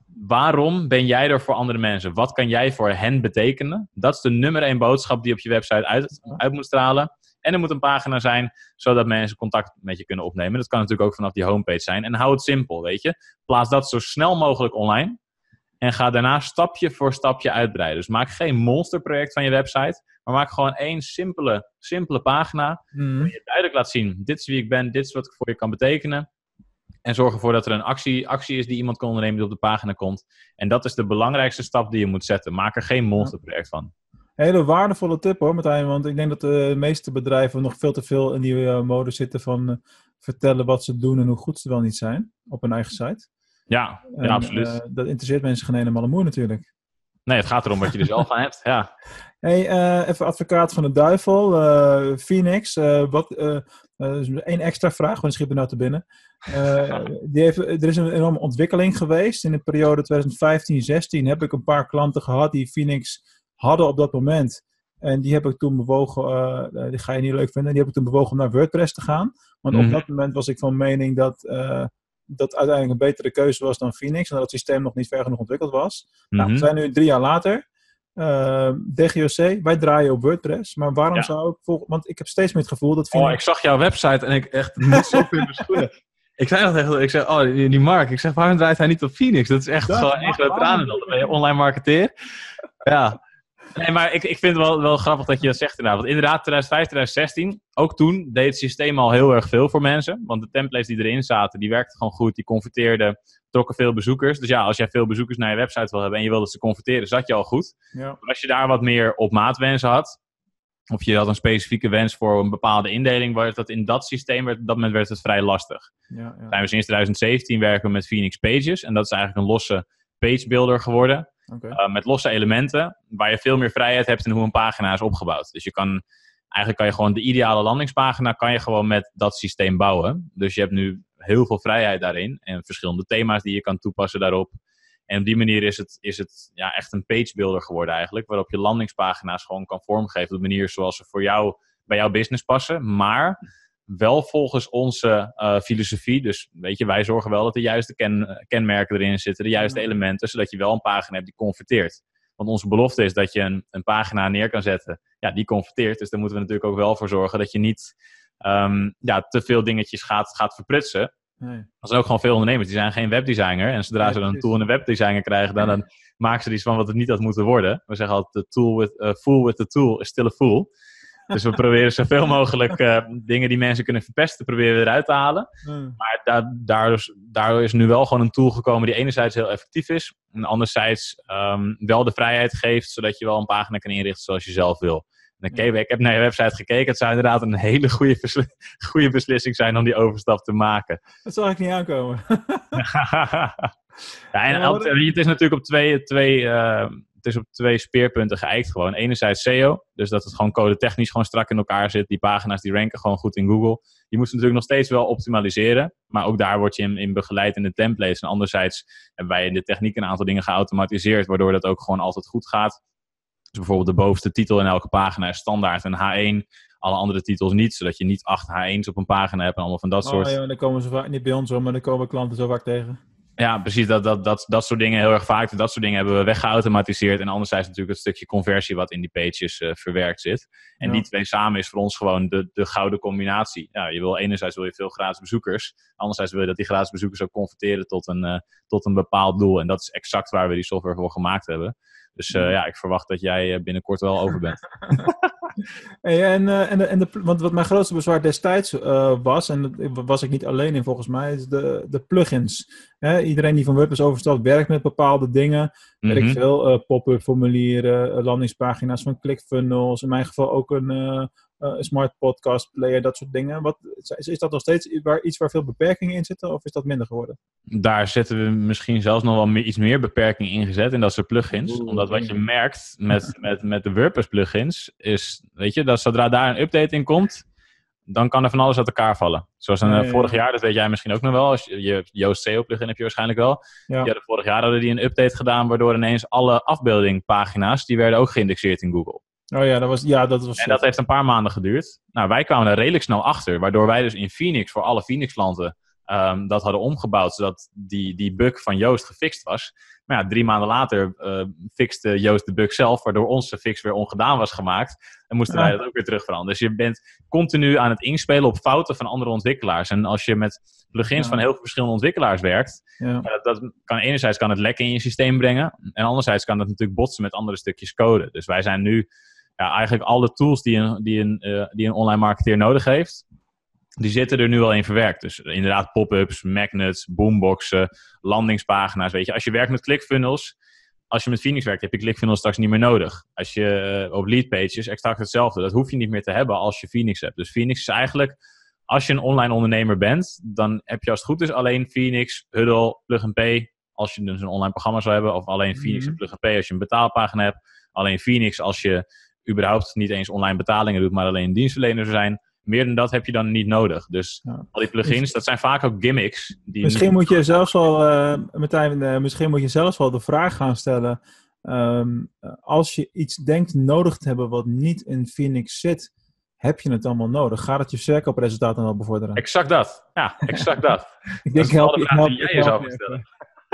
Waarom ben jij er voor andere mensen? Wat kan jij voor hen betekenen? Dat is de nummer één boodschap die op je website uit, uit moet stralen. En er moet een pagina zijn, zodat mensen contact met je kunnen opnemen. Dat kan natuurlijk ook vanaf die homepage zijn. En hou het simpel, weet je. Plaats dat zo snel mogelijk online. En ga daarna stapje voor stapje uitbreiden. Dus maak geen monsterproject van je website. Maar maak gewoon één simpele, simpele pagina. Mm. Waar je duidelijk laat zien. Dit is wie ik ben. Dit is wat ik voor je kan betekenen. En zorg ervoor dat er een actie, actie is die iemand kan ondernemen die op de pagina komt. En dat is de belangrijkste stap die je moet zetten. Maak er geen monsterproject van. Hele waardevolle tip hoor, Martijn. Want ik denk dat de meeste bedrijven nog veel te veel in die uh, mode zitten van uh, vertellen wat ze doen en hoe goed ze wel niet zijn op hun eigen site. Ja, en, ja absoluut. Uh, dat interesseert mensen geen helemaal moe natuurlijk. Nee, het gaat erom wat je er zelf aan hebt. Ja. Hey, uh, even advocaat van de duivel. Uh, Phoenix. Uh, wat, uh, uh, één extra vraag, want schiet er nou te binnen. Uh, die heeft, er is een enorme ontwikkeling geweest. In de periode twintig vijftien zestien heb ik een paar klanten gehad die Phoenix hadden op dat moment. En die heb ik toen bewogen, uh, die ga je niet leuk vinden, die heb ik toen bewogen om naar WordPress te gaan. Want mm-hmm. op dat moment was ik van mening dat uh, dat uiteindelijk een betere keuze was dan Phoenix. En dat het systeem nog niet ver genoeg ontwikkeld was. Mm-hmm. Nou, we zijn nu drie jaar later. Uh, D G O C, wij draaien op WordPress. Maar waarom ja. zou ik volgen? Want ik heb steeds meer het gevoel dat Phoenix... Oh, ik zag jouw website en ik echt moet zo in mijn schoenen. Ik zei dat echt, ik zei, oh, die, die Mark, ik zeg, waarom draait hij niet op Phoenix? Dat is echt dat gewoon echt een tranen. Dan ben je online marketeer. Ja. Nee, maar ik, ik vind het wel, wel grappig dat je dat zegt inderdaad. Want inderdaad, twintig vijftien, twintig zestien, ook toen deed het systeem al heel erg veel voor mensen. Want de templates die erin zaten, die werkten gewoon goed. Die converteerden, trokken veel bezoekers. Dus ja, als jij veel bezoekers naar je website wil hebben en je wil dat ze converteren, zat je al goed. Ja. Maar als je daar wat meer op maat wensen had, of je had een specifieke wens voor een bepaalde indeling, werd dat in dat systeem, werd, op dat moment werd het vrij lastig. Ja, ja. Zijn we sinds twintig zeventien werken we met Phoenix Pages. En dat is eigenlijk een losse page builder geworden. Okay. Uh, met losse elementen, waar je veel meer vrijheid hebt in hoe een pagina is opgebouwd. Dus je kan, eigenlijk kan je gewoon de ideale landingspagina kan je gewoon met dat systeem bouwen. Dus je hebt nu heel veel vrijheid daarin en verschillende thema's die je kan toepassen daarop. En op die manier is het, is het ja, echt een page builder geworden eigenlijk, waarop je landingspagina's gewoon kan vormgeven op de manier zoals ze voor jou, bij jouw business passen, maar wel volgens onze uh, filosofie. Dus weet je, wij zorgen wel dat de juiste ken, kenmerken erin zitten, de juiste ja. elementen, zodat je wel een pagina hebt die converteert. Want onze belofte is dat je een, een pagina neer kan zetten, ja, die converteert. Dus daar moeten we natuurlijk ook wel voor zorgen dat je niet um, ja, te veel dingetjes gaat, gaat verprutsen. Nee. Er zijn ook gewoon veel ondernemers, die zijn geen webdesigner. En zodra ja, ze dan een tool en een webdesigner krijgen, dan, dan maken ze er iets van wat het niet had moeten worden. We zeggen altijd, the tool with, uh, fool with the tool is still a fool. Dus we proberen zoveel mogelijk uh, dingen die mensen kunnen verpesten, proberen we eruit te halen. Mm. Maar da- daardoor, daardoor is nu wel gewoon een tool gekomen die enerzijds heel effectief is. En anderzijds um, wel de vrijheid geeft, zodat je wel een pagina kan inrichten zoals je zelf wil. En okay, ja. Ik heb naar je website gekeken. Het zou inderdaad een hele goede, versli- goede beslissing zijn om die overstap te maken. Dat zal ik niet aankomen. ja, en ja, het is natuurlijk op twee, twee, uh, het is op twee speerpunten geëikt gewoon. Enerzijds S E O, dus dat het gewoon codetechnisch gewoon strak in elkaar zit. Die pagina's die ranken gewoon goed in Google. Je moet ze natuurlijk nog steeds wel optimaliseren. Maar ook daar word je in, in begeleid in de templates. En anderzijds hebben wij in de techniek een aantal dingen geautomatiseerd, waardoor dat ook gewoon altijd goed gaat. Dus bijvoorbeeld de bovenste titel in elke pagina is standaard een H één. Alle andere titels niet, zodat je niet acht H ééns op een pagina hebt en allemaal van dat oh, soort. Ja, dan komen ze vaak niet bij ons om, maar dan komen klanten zo vaak tegen. Ja, precies. Dat, dat, dat, dat soort dingen heel erg vaak. Dat soort dingen hebben we weggeautomatiseerd. En anderzijds natuurlijk het stukje conversie wat in die pages uh, verwerkt zit. En ja. die twee samen is voor ons gewoon de, de gouden combinatie. Ja, je wil enerzijds wil je veel gratis bezoekers. Anderzijds wil je dat die gratis bezoekers ook converteren tot een, uh, tot een bepaald doel. En dat is exact waar we die software voor gemaakt hebben. Dus uh, ja, ik verwacht dat jij binnenkort wel over bent. Hey, en, uh, en, de, en de, want wat mijn grootste bezwaar destijds uh, was, en dat was ik niet alleen in volgens mij, is de, de plugins. Hè, iedereen die van WordPress overstapt werkt met bepaalde dingen. Mm-hmm. Weet ik veel, uh, pop-up formulieren, uh, landingspagina's van ClickFunnels, in mijn geval ook een uh, uh, smart podcast player, dat soort dingen. Wat, is, is dat nog steeds waar, iets waar veel beperkingen in zitten, of is dat minder geworden? Daar zetten we misschien zelfs nog wel meer, iets meer beperkingen in gezet, en dat is de plugins. Oeh, Omdat wat je merkt met, met, met de WordPress plugins is, weet je, dat zodra daar een update in komt, dan kan er van alles uit elkaar vallen. Zoals een, nee, vorig jaar, dat weet jij misschien ook nog wel. Als je, je Yoast S E O plugin heb je waarschijnlijk wel. Ja. Ja, vorig jaar hadden die een update gedaan, waardoor ineens alle afbeeldingpagina's, die werden ook geïndexeerd in Google. Oh ja, dat was, ja, dat was. En dat heeft een paar maanden geduurd. Nou, wij kwamen er redelijk snel achter, waardoor wij dus in Phoenix voor alle Phoenix klanten um, dat hadden omgebouwd, zodat die, die bug van Yoast gefixt was. Maar ja, drie maanden later uh, fixte Yoast de bug zelf, waardoor onze fix weer ongedaan was gemaakt. En moesten ja. wij dat ook weer terug veranderen. Dus je bent continu aan het inspelen op fouten van andere ontwikkelaars. En als je met plugins ja. van heel veel verschillende ontwikkelaars werkt, ja. uh, dat kan enerzijds kan het lekken in je systeem brengen. En anderzijds kan het natuurlijk botsen met andere stukjes code. Dus wij zijn nu ja, eigenlijk alle tools die een, die, een, uh, die een online marketeer nodig heeft, die zitten er nu al in verwerkt. Dus inderdaad pop-ups, magnets, boomboxen, landingspagina's. Weet je, als je werkt met ClickFunnels, als je met Phoenix werkt, heb je ClickFunnels straks niet meer nodig. Als je uh, op Leadpages, exact hetzelfde. Dat hoef je niet meer te hebben als je Phoenix hebt. Dus Phoenix is eigenlijk, als je een online ondernemer bent, dan heb je als het goed is alleen Phoenix, Huddle, Plug and Pay, als je dus een online programma zou hebben. Of alleen Phoenix mm-hmm. en Plug and Pay als je een betaalpagina hebt. Alleen Phoenix als je überhaupt niet eens online betalingen doet, maar alleen een dienstverlener zou zijn. Meer dan dat heb je dan niet nodig. Dus ja. al die plugins, dat zijn vaak ook gimmicks. Die misschien moet je zelfs wel, uh, Martijn, uh, misschien moet je zelfs wel de vraag gaan stellen. Um, als je iets denkt nodig te hebben wat niet in Phoenix zit, heb je het dan wel nodig? Gaat het je verkoopresultaten dan wel bevorderen? Exact dat. Ja, exact dat. ik denk, dat help, is ik de help, vraag die jij ik jezelf help, moet stellen.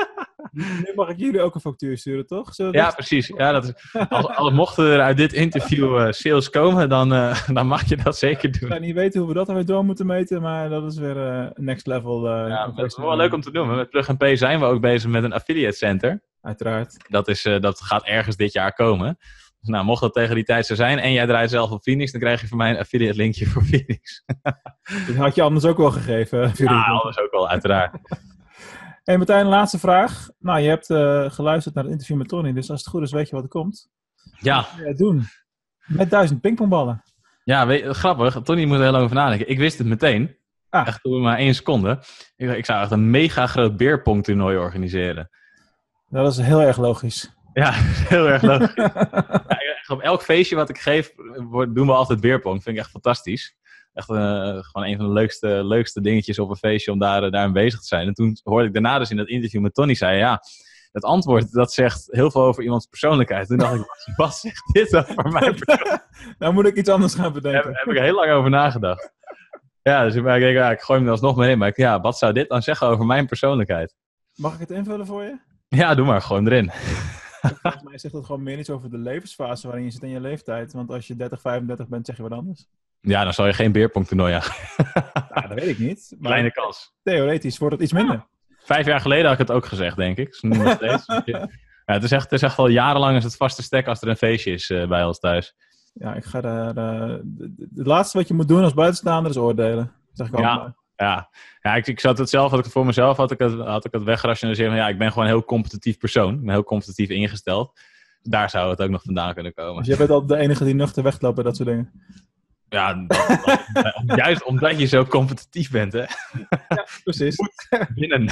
Nu mag ik jullie ook een factuur sturen, toch? Ja, dat... precies. Ja, dat is, als, als mochten er uit dit interview uh, sales komen, dan, uh, dan mag je dat zeker doen. Ik ga niet weten hoe we dat dan weer door moeten meten, maar dat is weer uh, next level. Uh, ja, dat is wel leuk om te doen. Met Plug and Pay zijn we ook bezig met een affiliate center. Uiteraard. Dat, is, uh, dat gaat ergens dit jaar komen. Dus nou, mocht dat tegen die tijd zo zijn en jij draait zelf op Phoenix, dan krijg je van mij een affiliate linkje voor Phoenix. Dat had je anders ook wel gegeven. Ja, anders ook wel, uiteraard. Hey Martijn, laatste vraag. Nou, je hebt uh, geluisterd naar het interview met Tony, dus als het goed is, weet je wat er komt. Ja. Wat ga je doen? Met duizend pingpongballen. Ja, weet, grappig. Tony moet er heel lang over nadenken. Ik wist het meteen. Ah. Echt toen maar één seconde. Ik, ik zou echt een mega groot beerpongtoernooi organiseren. Dat is heel erg logisch. Ja, heel erg logisch. Ja, op elk feestje wat ik geef, doen we altijd beerpong. Vind ik echt fantastisch. Echt uh, gewoon een van de leukste, leukste dingetjes op een feestje om daar, uh, daar bezig te zijn. En toen hoorde ik daarna dus in dat interview met Tony, zei ja, het antwoord dat zegt heel veel over iemands persoonlijkheid. Toen dacht ik, wat zegt dit over mijn persoonlijkheid? Nou moet ik iets anders gaan bedenken. Daar heb, heb ik heel lang over nagedacht. Ja, dus ik denk, ja, ik gooi hem er alsnog mee in. Maar ik, ja, wat zou dit dan zeggen over mijn persoonlijkheid? Mag ik het invullen voor je? Ja, doe maar, gooi hem erin. Volgens mij zegt het gewoon meer iets over de levensfase waarin je zit in je leeftijd. Want als je dertig, vijfendertig bent, zeg je wat anders. Ja, dan zal je geen beerpongtoernooi aan. Ja, dat weet ik niet. Maar kleine kans. Theoretisch wordt het iets minder. Ja. Vijf jaar geleden had ik het ook gezegd, denk ik. Dus nu nog steeds. Ja, het, is echt, het is echt al jarenlang is het vaste stek als er een feestje is uh, bij ons thuis. Ja, ik ga daar... Uh, het laatste wat je moet doen als buitenstaander is oordelen. Zeg ik ja, allemaal. Ja, ja ik, ik zat het zelf, had ik het voor mezelf, had ik het, had ik het weggerationaliseerd. Maar ja, ik ben gewoon een heel competitief persoon. Ik ben heel competitief ingesteld. Daar zou het ook nog vandaan kunnen komen. Dus jij bent altijd de enige die nuchter wegloopt bij dat soort dingen? Ja, dat, dat, juist omdat je zo competitief bent, hè. Ja, precies. Moet winnen.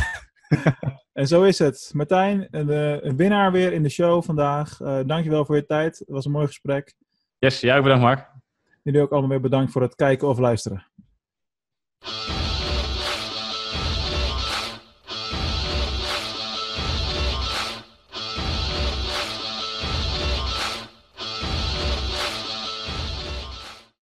En zo is het. Martijn, een, een winnaar weer in de show vandaag. Uh, dankjewel voor je tijd. Het was een mooi gesprek. Yes, jij ook bedankt, Mark. Jullie ook allemaal weer bedankt voor het kijken of luisteren.